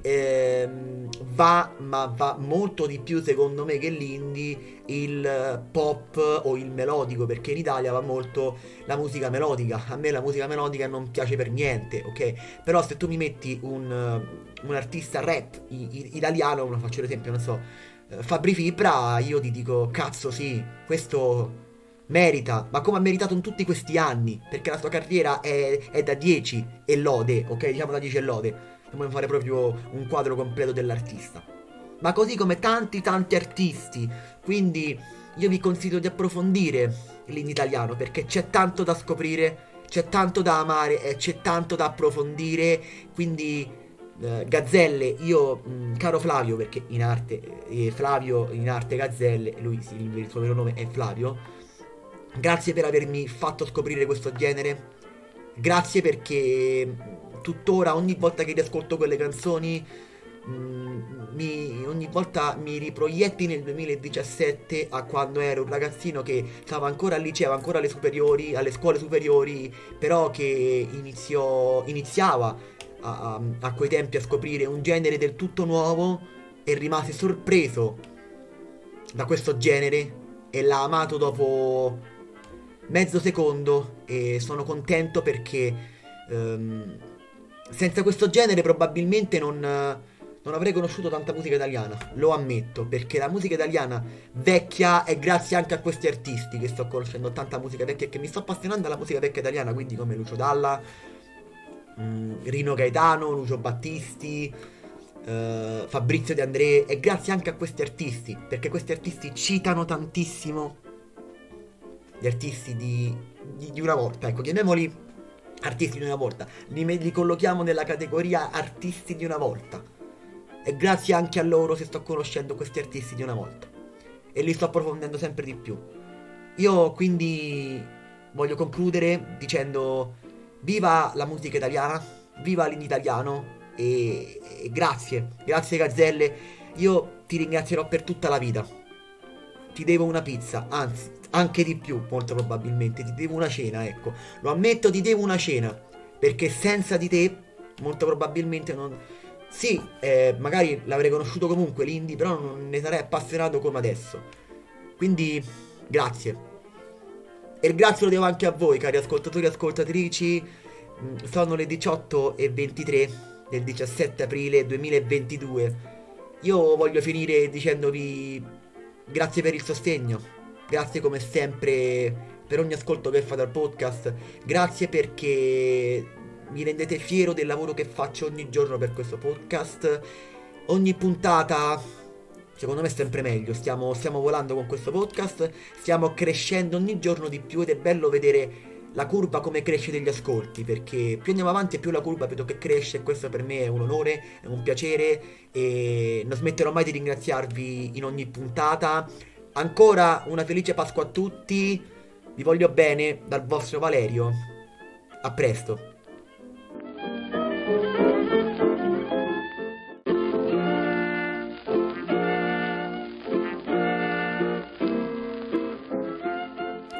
Speaker 1: ma va molto di più secondo me che l'indie il pop o il melodico, perché in Italia va molto la musica melodica. A me la musica melodica non piace per niente, ok? Però se tu mi metti un artista rap italiano, lo faccio l'esempio, non so, Fabri Fibra, io ti dico cazzo sì, questo merita, ma come ha meritato in tutti questi anni, perché la sua carriera è da 10 e lode, ok? Diciamo da 10 e lode. Dobbiamo fare proprio un quadro completo dell'artista. Ma così come tanti artisti. Quindi io vi consiglio di approfondire l'indie italiano perché c'è tanto da scoprire, c'è tanto da amare e c'è tanto da approfondire. Quindi Gazzelle, io caro Flavio, perché in arte Flavio in arte Gazzelle, lui sì, il suo vero nome è Flavio. Grazie per avermi fatto scoprire questo genere. Grazie perché tuttora ogni volta che riascolto quelle canzoni ogni volta mi riproietti nel 2017 a quando ero un ragazzino che stava ancora al liceo, ancora alle superiori, alle scuole superiori, però che iniziava a quei tempi a scoprire un genere del tutto nuovo e rimase sorpreso da questo genere e l'ha amato dopo mezzo secondo e sono contento perché ehm, senza questo genere probabilmente non avrei conosciuto tanta musica italiana, lo ammetto, perché la musica italiana vecchia è grazie anche a questi artisti che sto conoscendo tanta musica vecchia e che mi sto appassionando alla musica vecchia italiana, quindi come Lucio Dalla, Rino Gaetano, Lucio Battisti, Fabrizio De André, è grazie anche a questi artisti, perché questi artisti citano tantissimo gli artisti di una volta, ecco, chiamiamoli artisti di una volta, li collochiamo nella categoria artisti di una volta. E grazie anche a loro se sto conoscendo questi artisti di una volta. E li sto approfondendo sempre di più. Io quindi voglio concludere dicendo viva la musica italiana, viva l'italiano e grazie, grazie Gazzelle. Io ti ringrazierò per tutta la vita. Ti devo una pizza, anzi, anche di più, molto probabilmente. Ti devo una cena, ecco. Lo ammetto, ti devo una cena. Perché senza di te, molto probabilmente non. Sì, magari l'avrei conosciuto comunque l'indie, però non ne sarei appassionato come adesso. Quindi, grazie. E il grazie lo devo anche a voi, cari ascoltatori e ascoltatrici. Sono le 18:23 del 17 aprile 2022. Io voglio finire dicendovi grazie per il sostegno. Grazie come sempre per ogni ascolto che fate al podcast. Grazie perché mi rendete fiero del lavoro che faccio ogni giorno per questo podcast. Ogni puntata, secondo me, è sempre meglio. Stiamo volando con questo podcast. Stiamo crescendo ogni giorno di più ed è bello vedere la curva come cresce degli ascolti. Perché più andiamo avanti e più la curva vedo che cresce. E questo per me è un onore, è un piacere. E non smetterò mai di ringraziarvi in ogni puntata. Ancora una felice Pasqua a tutti. Vi voglio bene dal vostro Valerio. A presto.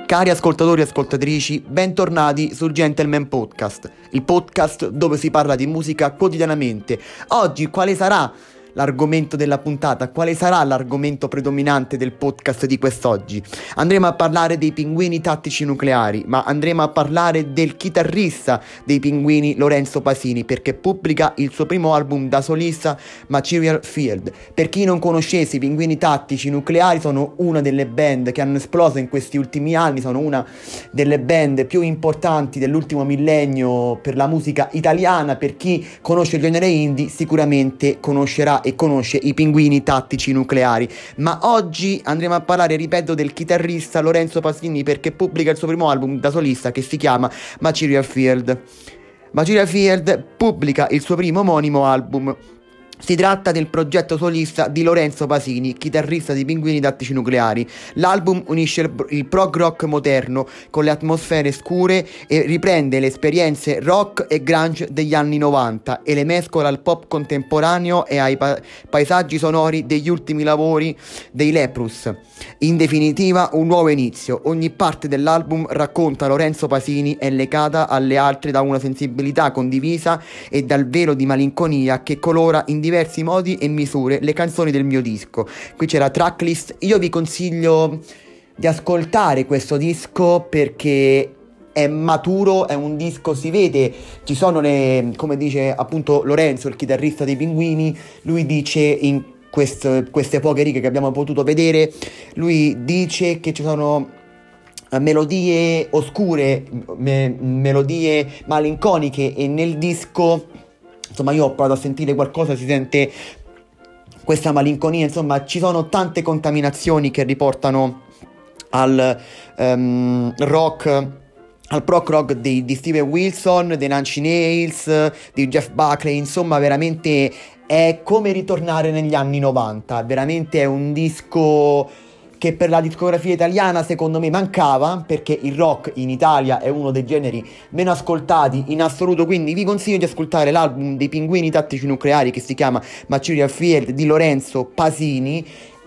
Speaker 1: Cari ascoltatori e ascoltatrici, bentornati sul Gentleman Podcast, il podcast dove si parla di musica quotidianamente. Oggi quale sarà l'argomento della puntata? Quale sarà l'argomento predominante del podcast di quest'oggi? Andremo a parlare dei Pinguini Tattici Nucleari, ma andremo a parlare del chitarrista dei Pinguini, Lorenzo Pasini, perché pubblica il suo primo album da solista, Material Field. Per chi non conoscesse, i Pinguini Tattici Nucleari sono una delle band che hanno esploso in questi ultimi anni, sono una delle band più importanti dell'ultimo millennio per la musica italiana. Per chi conosce il genere indie sicuramente conoscerà e conosce i Pinguini Tattici Nucleari, ma oggi andremo a parlare, ripeto, del chitarrista Lorenzo Pasini, perché pubblica il suo primo album da solista che si chiama Material Field. Material Field pubblica il suo primo omonimo album. Si tratta del progetto solista di Lorenzo Pasini, chitarrista dei Pinguini Tattici Nucleari. L'album unisce il prog rock moderno con le atmosfere scure e riprende le esperienze rock e grunge degli anni 90 e le mescola al pop contemporaneo e ai paesaggi sonori degli ultimi lavori dei Leprous. In definitiva, un nuovo inizio. Ogni parte dell'album, racconta Lorenzo Pasini, è legata alle altre da una sensibilità condivisa e dal velo di malinconia che colora in diversi modi e misure le canzoni del mio disco. Qui c'è la tracklist. Io vi consiglio di ascoltare questo disco perché è maturo, è un disco, si vede, ci sono come dice appunto Lorenzo, il chitarrista dei Pinguini, lui dice in queste poche righe che abbiamo potuto vedere, lui dice che ci sono melodie oscure, melodie malinconiche, e nel disco, insomma, io ho provato a sentire qualcosa, si sente questa malinconia, insomma ci sono tante contaminazioni che riportano al rock, al prog rock di Steven Wilson, dei Nine Inch Nails, di Jeff Buckley. Insomma, veramente è come ritornare negli anni 90, veramente è un disco che per la discografia italiana secondo me mancava, perché il rock in Italia è uno dei generi meno ascoltati in assoluto, quindi vi consiglio di ascoltare l'album dei Pinguini Tattici Nucleari che si chiama Material Field di Lorenzo Pasini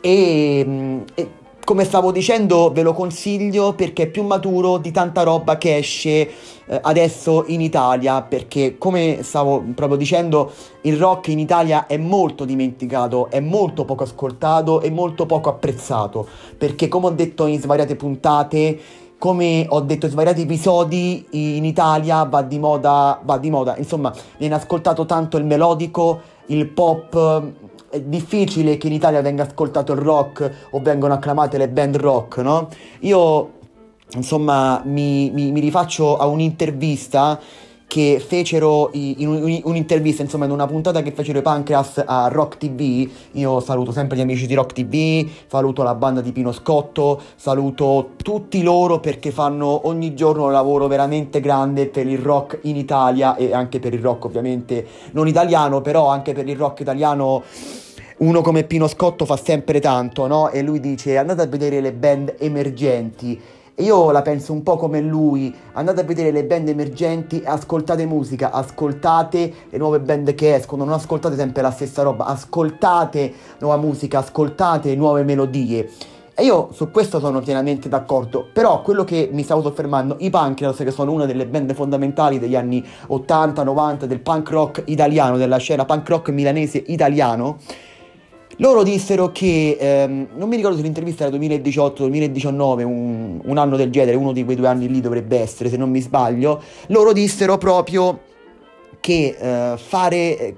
Speaker 1: e come stavo dicendo ve lo consiglio perché è più maturo di tanta roba che esce adesso in Italia, perché come stavo proprio dicendo il rock in Italia è molto dimenticato, è molto poco ascoltato e molto poco apprezzato, perché come ho detto in svariate puntate, come ho detto in svariati episodi, in Italia va di moda, insomma viene ascoltato tanto il melodico, il pop. È difficile che in Italia venga ascoltato il rock o vengono acclamate le band rock, no? Io, insomma, mi rifaccio a un'intervista che fecero, un'intervista, insomma, in una puntata che fecero i Pancreas a Rock TV. Io saluto sempre gli amici di Rock TV, saluto la banda di Pino Scotto, saluto tutti loro perché fanno ogni giorno un lavoro veramente grande per il rock in Italia e anche per il rock ovviamente non italiano, però anche per il rock italiano. Uno come Pino Scotto fa sempre tanto, no? E lui dice: andate a vedere le band emergenti. E io la penso un po' come lui: andate a vedere le band emergenti e ascoltate musica, ascoltate le nuove band che escono, non ascoltate sempre la stessa roba, ascoltate nuova musica, ascoltate nuove melodie. E io su questo sono pienamente d'accordo, però quello che mi stavo soffermando, i Pancreas, che sono una delle band fondamentali degli anni 80-90 del punk rock italiano, della scena punk rock milanese italiano, loro dissero che, non mi ricordo se l'intervista era 2018-2019, un anno del genere, uno di quei 2 anni lì dovrebbe essere, se non mi sbaglio, loro dissero proprio che fare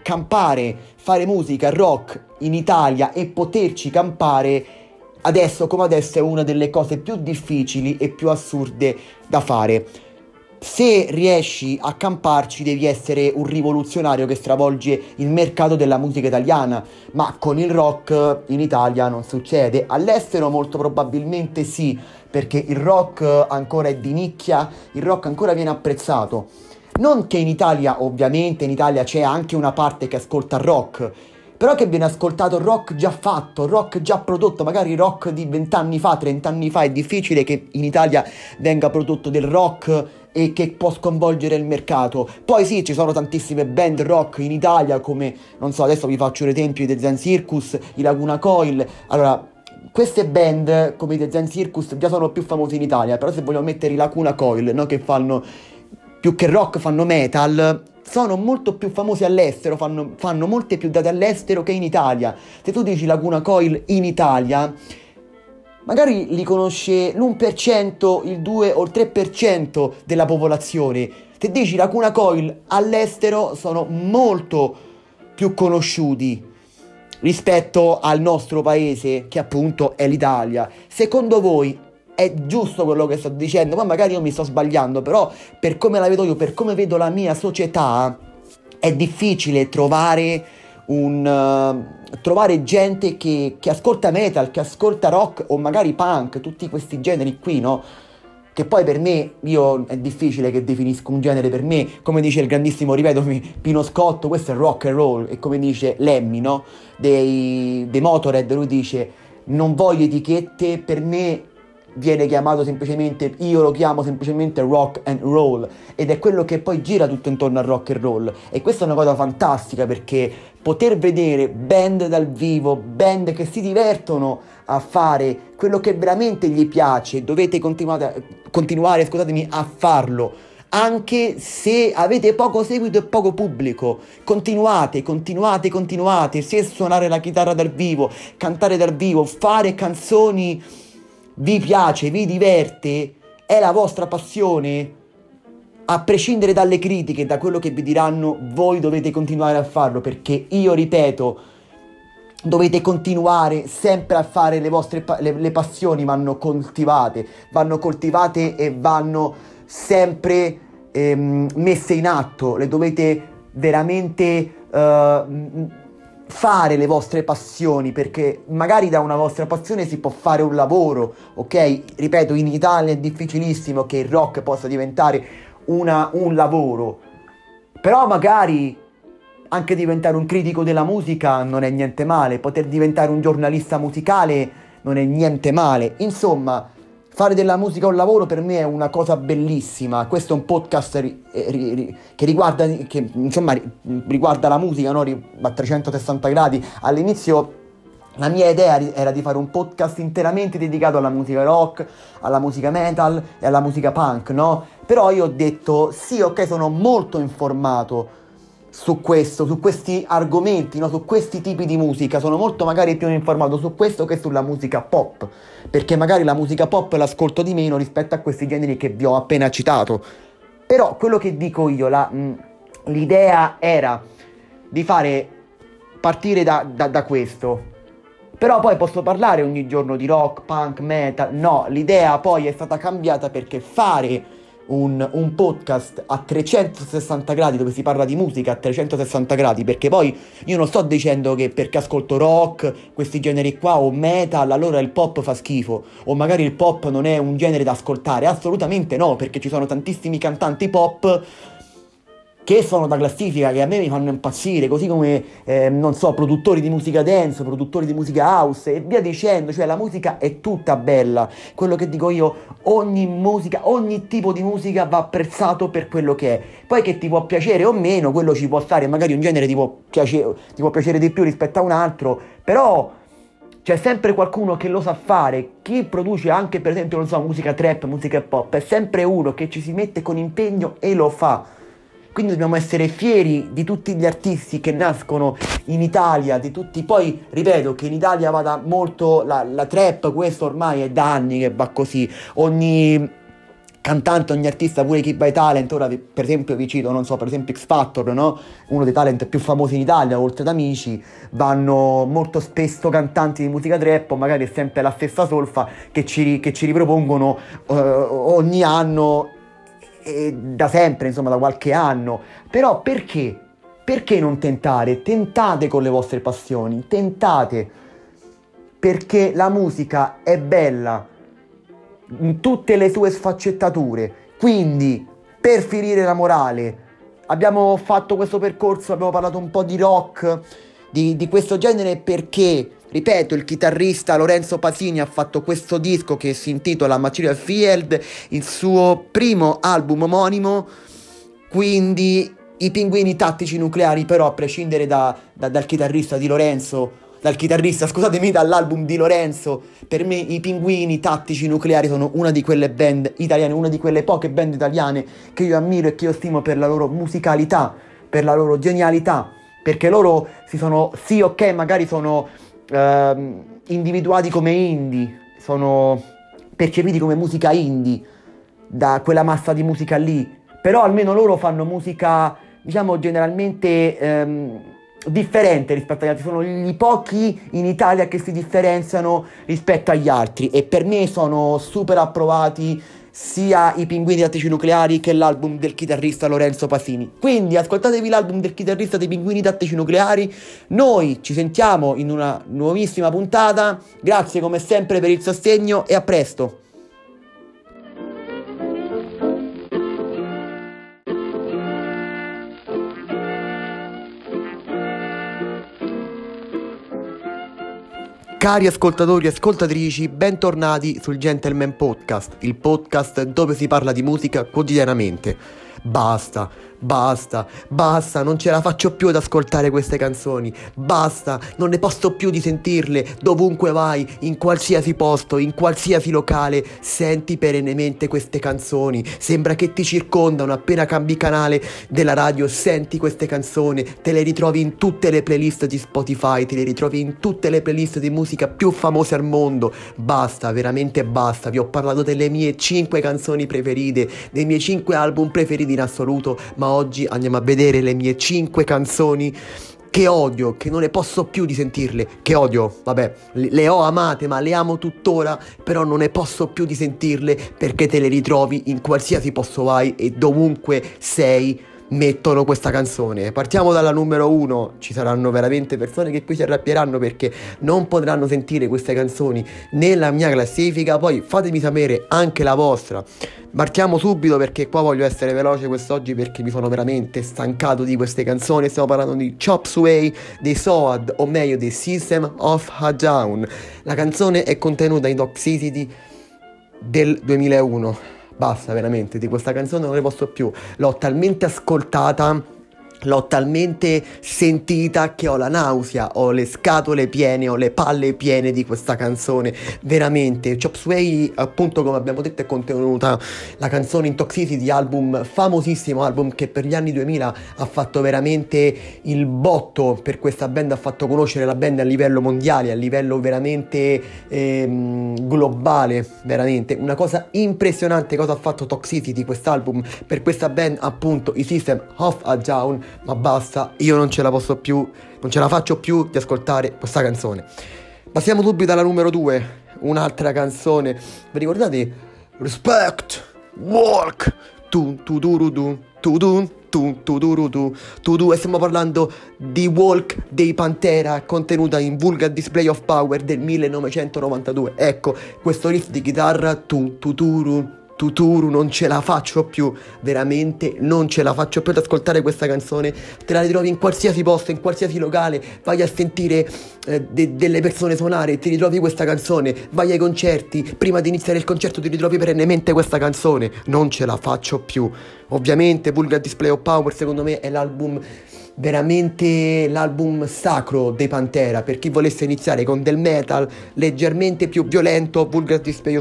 Speaker 1: musica rock in Italia e poterci campare adesso come adesso è una delle cose più difficili e più assurde da fare. Se riesci a camparci devi essere un rivoluzionario che stravolge il mercato della musica italiana, ma con il rock in Italia non succede. All'estero molto probabilmente sì, perché il rock ancora è di nicchia, il rock ancora viene apprezzato. Non che in Italia, ovviamente in Italia c'è anche una parte che ascolta rock, però che viene ascoltato rock già fatto, rock già prodotto, magari rock di 20 anni fa, 30 anni fa. È difficile che in Italia venga prodotto del rock e che può sconvolgere il mercato. Poi sì, ci sono tantissime band rock in Italia come, non so, adesso vi faccio l'esempio dei Zen Circus, i Laguna Coil. Allora, queste band come The Zen Circus già sono più famose in Italia, però se vogliamo mettere i Lacuna Coil, no, che fanno più che rock, fanno metal, sono molto più famosi all'estero, fanno molte più date all'estero che in Italia. Se tu dici Lacuna Coil in Italia, magari li conosce l'1%, il 2 o il 3% della popolazione. Se dici Lacuna Coil all'estero sono molto più conosciuti rispetto al nostro paese, che appunto è l'Italia. Secondo voi è giusto quello che sto dicendo? Ma magari io mi sto sbagliando, però per come la vedo io, per come vedo la mia società, è difficile trovare trovare gente che ascolta metal, che ascolta rock o magari punk, tutti questi generi qui, no? Che poi per me, è difficile che definisco un genere. Per me, come dice il grandissimo, ripetomi, Pino Scotto, questo è rock and roll. E come dice Lemmy, no? Dei Motorhead, lui dice: non voglio etichette, per me viene chiamato semplicemente, io lo chiamo semplicemente rock and roll, ed è quello che poi gira tutto intorno al rock and roll. E questa è una cosa fantastica, perché poter vedere band dal vivo, band che si divertono a fare quello che veramente gli piace, dovete continuare, scusatemi, a farlo. Anche se avete poco seguito e poco pubblico, continuate, se suonare la chitarra dal vivo, cantare dal vivo, fare canzoni vi piace, vi diverte, è la vostra passione, a prescindere dalle critiche, da quello che vi diranno, voi dovete continuare a farlo, perché io ripeto, dovete continuare sempre a fare le vostre le passioni vanno coltivate e vanno sempre messe in atto, le dovete veramente fare le vostre passioni, perché magari da una vostra passione si può fare un lavoro, ok? Ripeto, in Italia è difficilissimo che il rock possa diventare un lavoro, però magari anche diventare un critico della musica non è niente male, poter diventare un giornalista musicale non è niente male, insomma, fare della musica un lavoro per me è una cosa bellissima. Questo è un podcast che riguarda la musica, no? A 360 gradi. All'inizio la mia idea era di fare un podcast interamente dedicato alla musica rock, alla musica metal e alla musica punk, no? Però io ho detto, sì, ok, sono molto informato su questo, su questi argomenti, no? Su questi tipi di musica, sono molto magari più informato su questo che sulla musica pop, perché magari la musica pop l'ascolto di meno rispetto a questi generi che vi ho appena citato. Però quello che dico io, l'idea era di partire da questo. Però poi posso parlare ogni giorno di rock, punk, metal, no, l'idea poi è stata cambiata, perché fare un podcast a 360 gradi dove si parla di musica a 360 gradi, perché poi io non sto dicendo che perché ascolto rock, questi generi qua, o metal, allora il pop fa schifo, o magari il pop non è un genere da ascoltare. Assolutamente no, perché ci sono tantissimi cantanti pop che sono da classifica, che a me mi fanno impazzire, così come, non so, produttori di musica dance, produttori di musica house e via dicendo. Cioè la musica è tutta bella, quello che dico io, ogni musica, ogni tipo di musica va apprezzato per quello che è. Poi che ti può piacere o meno, quello ci può stare, magari un genere ti può piacere di più rispetto a un altro, però c'è sempre qualcuno che lo sa fare. Chi produce anche, per esempio, non so, musica trap, musica pop, è sempre uno che ci si mette con impegno e lo fa. Quindi dobbiamo essere fieri di tutti gli artisti che nascono in Italia, di tutti. Poi ripeto che in Italia vada molto la trap, questo ormai è da anni che va così. Ogni cantante, ogni artista, pure chi va ai talent, ora per esempio vi cito, non so, per esempio X Factor, no? Uno dei talent più famosi in Italia, oltre ad Amici, vanno molto spesso cantanti di musica trap, o magari è sempre la stessa solfa che ci ripropongono ogni anno, da sempre, insomma, da qualche anno. Però perché? Perché non tentare? Tentate con le vostre passioni, tentate, perché la musica è bella in tutte le sue sfaccettature. Quindi, per finire la morale, abbiamo fatto questo percorso, abbiamo parlato un po' di rock, di questo genere, perché, ripeto, il chitarrista Lorenzo Pasini ha fatto questo disco che si intitola Material Field, il suo primo album omonimo. Quindi i Pinguini Tattici Nucleari, però, a prescindere dal chitarrista di Lorenzo, dal chitarrista, scusatemi, dall'album di Lorenzo. Per me i Pinguini Tattici Nucleari sono una di quelle band italiane, una di quelle poche band italiane che io ammiro e che io stimo per la loro musicalità, per la loro genialità, perché loro sì, ok, magari sono individuati come indie, sono percepiti come musica indie da quella massa di musica lì, però almeno loro fanno musica, diciamo, generalmente differente rispetto agli altri. Sono i pochi in Italia che si differenziano rispetto agli altri, e per me sono super approvati sia i Pinguini Tattici Nucleari che l'album del chitarrista Lorenzo Pasini. Quindi ascoltatevi l'album del chitarrista dei Pinguini Tattici Nucleari. Noi ci sentiamo in una nuovissima puntata. Grazie come sempre per il sostegno e a presto. Cari ascoltatori e ascoltatrici, bentornati sul Gentleman Podcast, il podcast dove si parla di musica quotidianamente. Basta, non ce la faccio più ad ascoltare queste canzoni, basta, non ne posso più di sentirle, dovunque vai, in qualsiasi posto, in qualsiasi locale, senti perennemente queste canzoni, sembra che ti circondano, appena cambi canale della radio, senti queste canzoni, te le ritrovi in tutte le playlist di Spotify, te le ritrovi in tutte le playlist di musica più famose al mondo. Basta, veramente basta, vi ho parlato delle mie 5 canzoni preferite, dei miei 5 album preferiti in assoluto, ma oggi andiamo a vedere le mie 5 canzoni che odio, che non ne posso più di sentirle, che odio, vabbè, le ho amate ma le amo tuttora, però non ne posso più di sentirle perché te le ritrovi in qualsiasi posto vai e dovunque sei mettono questa canzone. Partiamo dalla numero 1. Ci saranno veramente persone che qui si arrabbieranno perché non potranno sentire queste canzoni nella mia classifica, poi fatemi sapere anche la vostra. Partiamo subito perché qua voglio essere veloce quest'oggi perché mi sono veramente stancato di queste canzoni. Stiamo parlando di Chop Suey dei Soad, o meglio dei System of a Down. La canzone è contenuta in Toxicity del 2001. Basta, veramente, di questa canzone non ne posso più. L'ho talmente ascoltata, l'ho talmente sentita che ho la nausea, ho le scatole piene, ho le palle piene di questa canzone. Veramente, Chop Suey, appunto, come abbiamo detto, è contenuta la canzone in Toxicity, album famosissimo, album che per gli anni 2000 ha fatto veramente il botto per questa band, ha fatto conoscere la band a livello mondiale, a livello veramente globale, veramente una cosa impressionante cosa ha fatto Toxicity, quest'album, per questa band, appunto, i System of a Down. Ma basta, io non ce la posso più, non ce la faccio più di ascoltare questa canzone. Passiamo subito alla numero 2, un'altra canzone. Vi ricordate? Respect, Walk, tu tu du du tu du tu tu du tu du, e stiamo parlando di Walk dei Pantera, contenuta in Vulgar Display of Power del 1992. Ecco, questo riff di chitarra Tuturu, non ce la faccio più, veramente non ce la faccio più ad ascoltare questa canzone. Te la ritrovi in qualsiasi posto, in qualsiasi locale, vai a sentire delle persone suonare, ti ritrovi questa canzone, vai ai concerti, prima di iniziare il concerto ti ritrovi perennemente questa canzone. Non ce la faccio più. Ovviamente Vulgar Display of Power secondo me è l'album, veramente l'album sacro dei Pantera. Per chi volesse iniziare con del metal leggermente più violento, Vulgar Display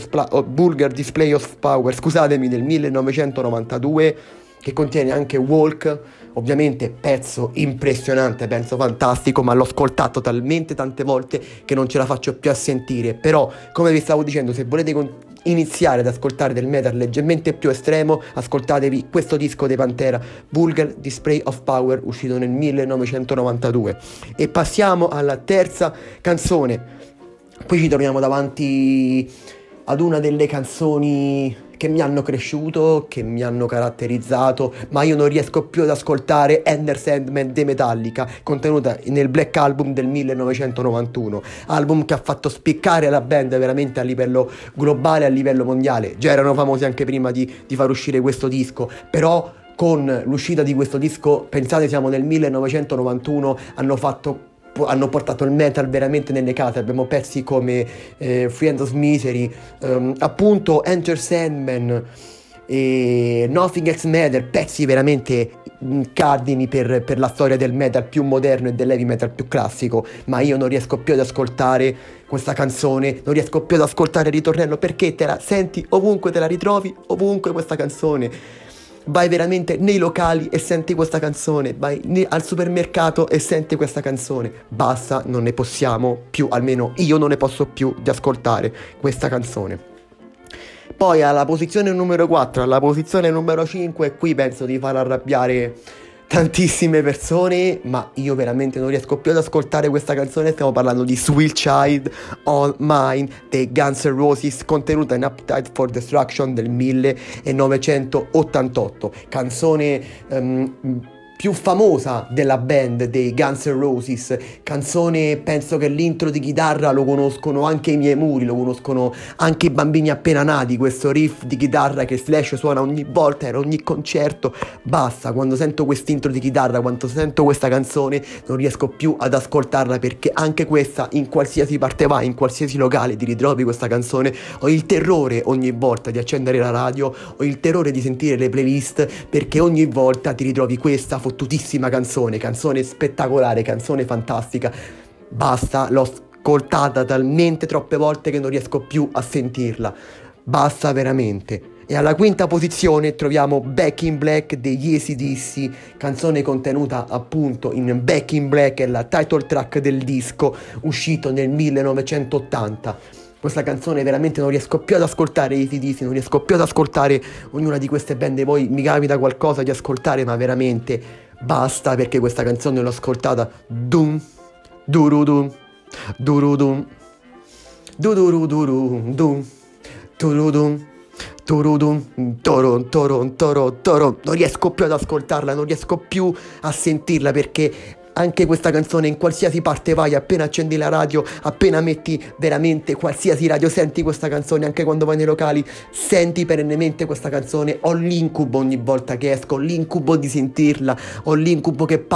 Speaker 1: of Power, scusatemi, del 1992, che contiene anche Walk, ovviamente pezzo impressionante, penso fantastico, ma l'ho ascoltato talmente tante volte che non ce la faccio più a sentire. Però, come vi stavo dicendo, se volete iniziare ad ascoltare del metal leggermente più estremo, ascoltatevi questo disco dei Pantera, Vulgar Display of Power, uscito nel 1992. E passiamo alla terza canzone. Qui ci troviamo davanti ad una delle canzoni che mi hanno cresciuto, che mi hanno caratterizzato, ma io non riesco più ad ascoltare Enter Sandman dei Metallica, contenuta nel Black Album del 1991, album che ha fatto spiccare la band veramente a livello globale, a livello mondiale. Già erano famosi anche prima di far uscire questo disco, però con l'uscita di questo disco, pensate, siamo nel 1991, hanno portato il metal veramente nelle case. Abbiamo pezzi come Free End of Misery, appunto Enter Sandman, e Nothing Else Matter, pezzi veramente cardini per la storia del metal più moderno e dell'heavy metal più classico, ma io non riesco più ad ascoltare questa canzone, non riesco più ad ascoltare il ritornello, perché te la senti ovunque, te la ritrovi ovunque questa canzone. Vai veramente nei locali e senti questa canzone, vai al supermercato e senti questa canzone. Basta, non ne possiamo più, almeno io non ne posso più di ascoltare questa canzone. Poi alla posizione numero 4, alla posizione numero 5, qui penso di far arrabbiare tantissime persone, ma io veramente non riesco più ad ascoltare questa canzone. Stiamo parlando di Sweet Child of Mine dei Guns N' Roses, contenuta in Appetite for Destruction del 1988, canzone più famosa della band dei Guns N' Roses, canzone, penso che l'intro di chitarra lo conoscono anche i miei muri, lo conoscono anche i bambini appena nati, questo riff di chitarra che Slash suona ogni volta, in ogni concerto. Basta, quando sento quest'intro di chitarra, quando sento questa canzone, non riesco più ad ascoltarla, perché anche questa, in qualsiasi parte vai, in qualsiasi locale ti ritrovi questa canzone, ho il terrore ogni volta di accendere la radio, ho il terrore di sentire le playlist, perché ogni volta ti ritrovi questa fottutissima canzone spettacolare, canzone fantastica. Basta, l'ho ascoltata talmente troppe volte che non riesco più a sentirla. Basta veramente. E alla quinta posizione troviamo Back in Black degli AC/DC, canzone contenuta appunto in Back in Black, è la title track del disco uscito nel 1980. Questa canzone veramente non riesco più ad ascoltare i AC/DC, non riesco più ad ascoltare ognuna di queste band. Poi mi capita qualcosa di ascoltare, ma veramente basta, perché questa canzone l'ho ascoltata dum durudum durudum durudum dum durudum turudum toron toron toron toron. Non riesco più ad ascoltarla, non riesco più a sentirla, perché anche questa canzone, in qualsiasi parte vai, appena accendi la radio, appena metti veramente qualsiasi radio, senti questa canzone. Anche quando vai nei locali senti perennemente questa canzone. Ho l'incubo ogni volta che esco, ho l'incubo di sentirla, ho l'incubo che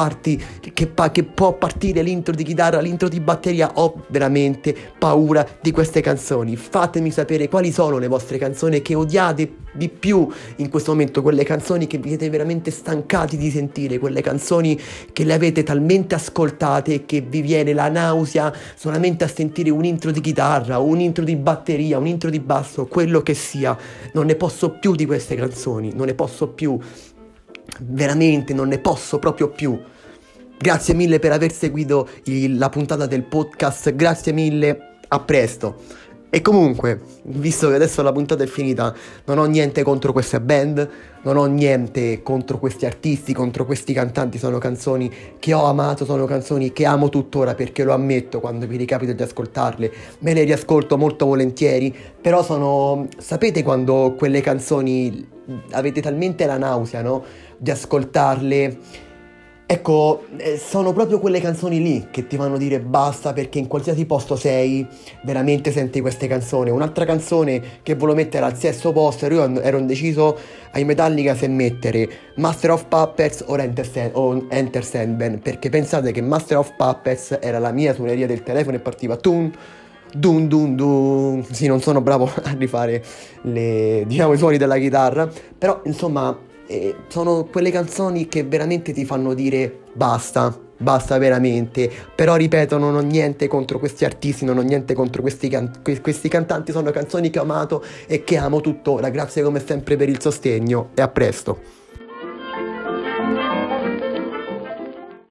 Speaker 1: può partire l'intro di chitarra, l'intro di batteria. Ho veramente paura di queste canzoni. Fatemi sapere quali sono le vostre canzoni che odiate di più in questo momento, quelle canzoni che vi siete veramente stancati di sentire, quelle canzoni che le avete talmente ascoltate e che vi viene la nausea solamente a sentire un intro di chitarra, un intro di batteria, un intro di basso, quello che sia. Non ne posso più di queste canzoni, non ne posso più, veramente non ne posso proprio più. Grazie mille per aver seguito la puntata del podcast, grazie mille, a presto. E comunque, visto che adesso la puntata è finita, non ho niente contro queste band, non ho niente contro questi artisti, contro questi cantanti. Sono canzoni che ho amato, sono canzoni che amo tuttora, perché lo ammetto, quando vi ricapita di ascoltarle me le riascolto molto volentieri. Però sapete quando quelle canzoni avete talmente la nausea, no? Di ascoltarle. Ecco, sono proprio quelle canzoni lì che ti fanno dire basta, perché in qualsiasi posto sei, veramente senti queste canzoni. Un'altra canzone che volevo mettere al sesto posto, io ero indeciso ai Metallica se mettere Master of Puppets o Enter Sandman, perché pensate che Master of Puppets era la mia suoneria del telefono e partiva dun dun dun dun. Sì, non sono bravo a rifare i suoni della chitarra, però insomma sono quelle canzoni che veramente ti fanno dire basta veramente. Però ripeto, non ho niente contro questi artisti, non ho niente contro questi cantanti. Sono canzoni che ho amato e che amo tuttora. Grazie come sempre per il sostegno e a presto.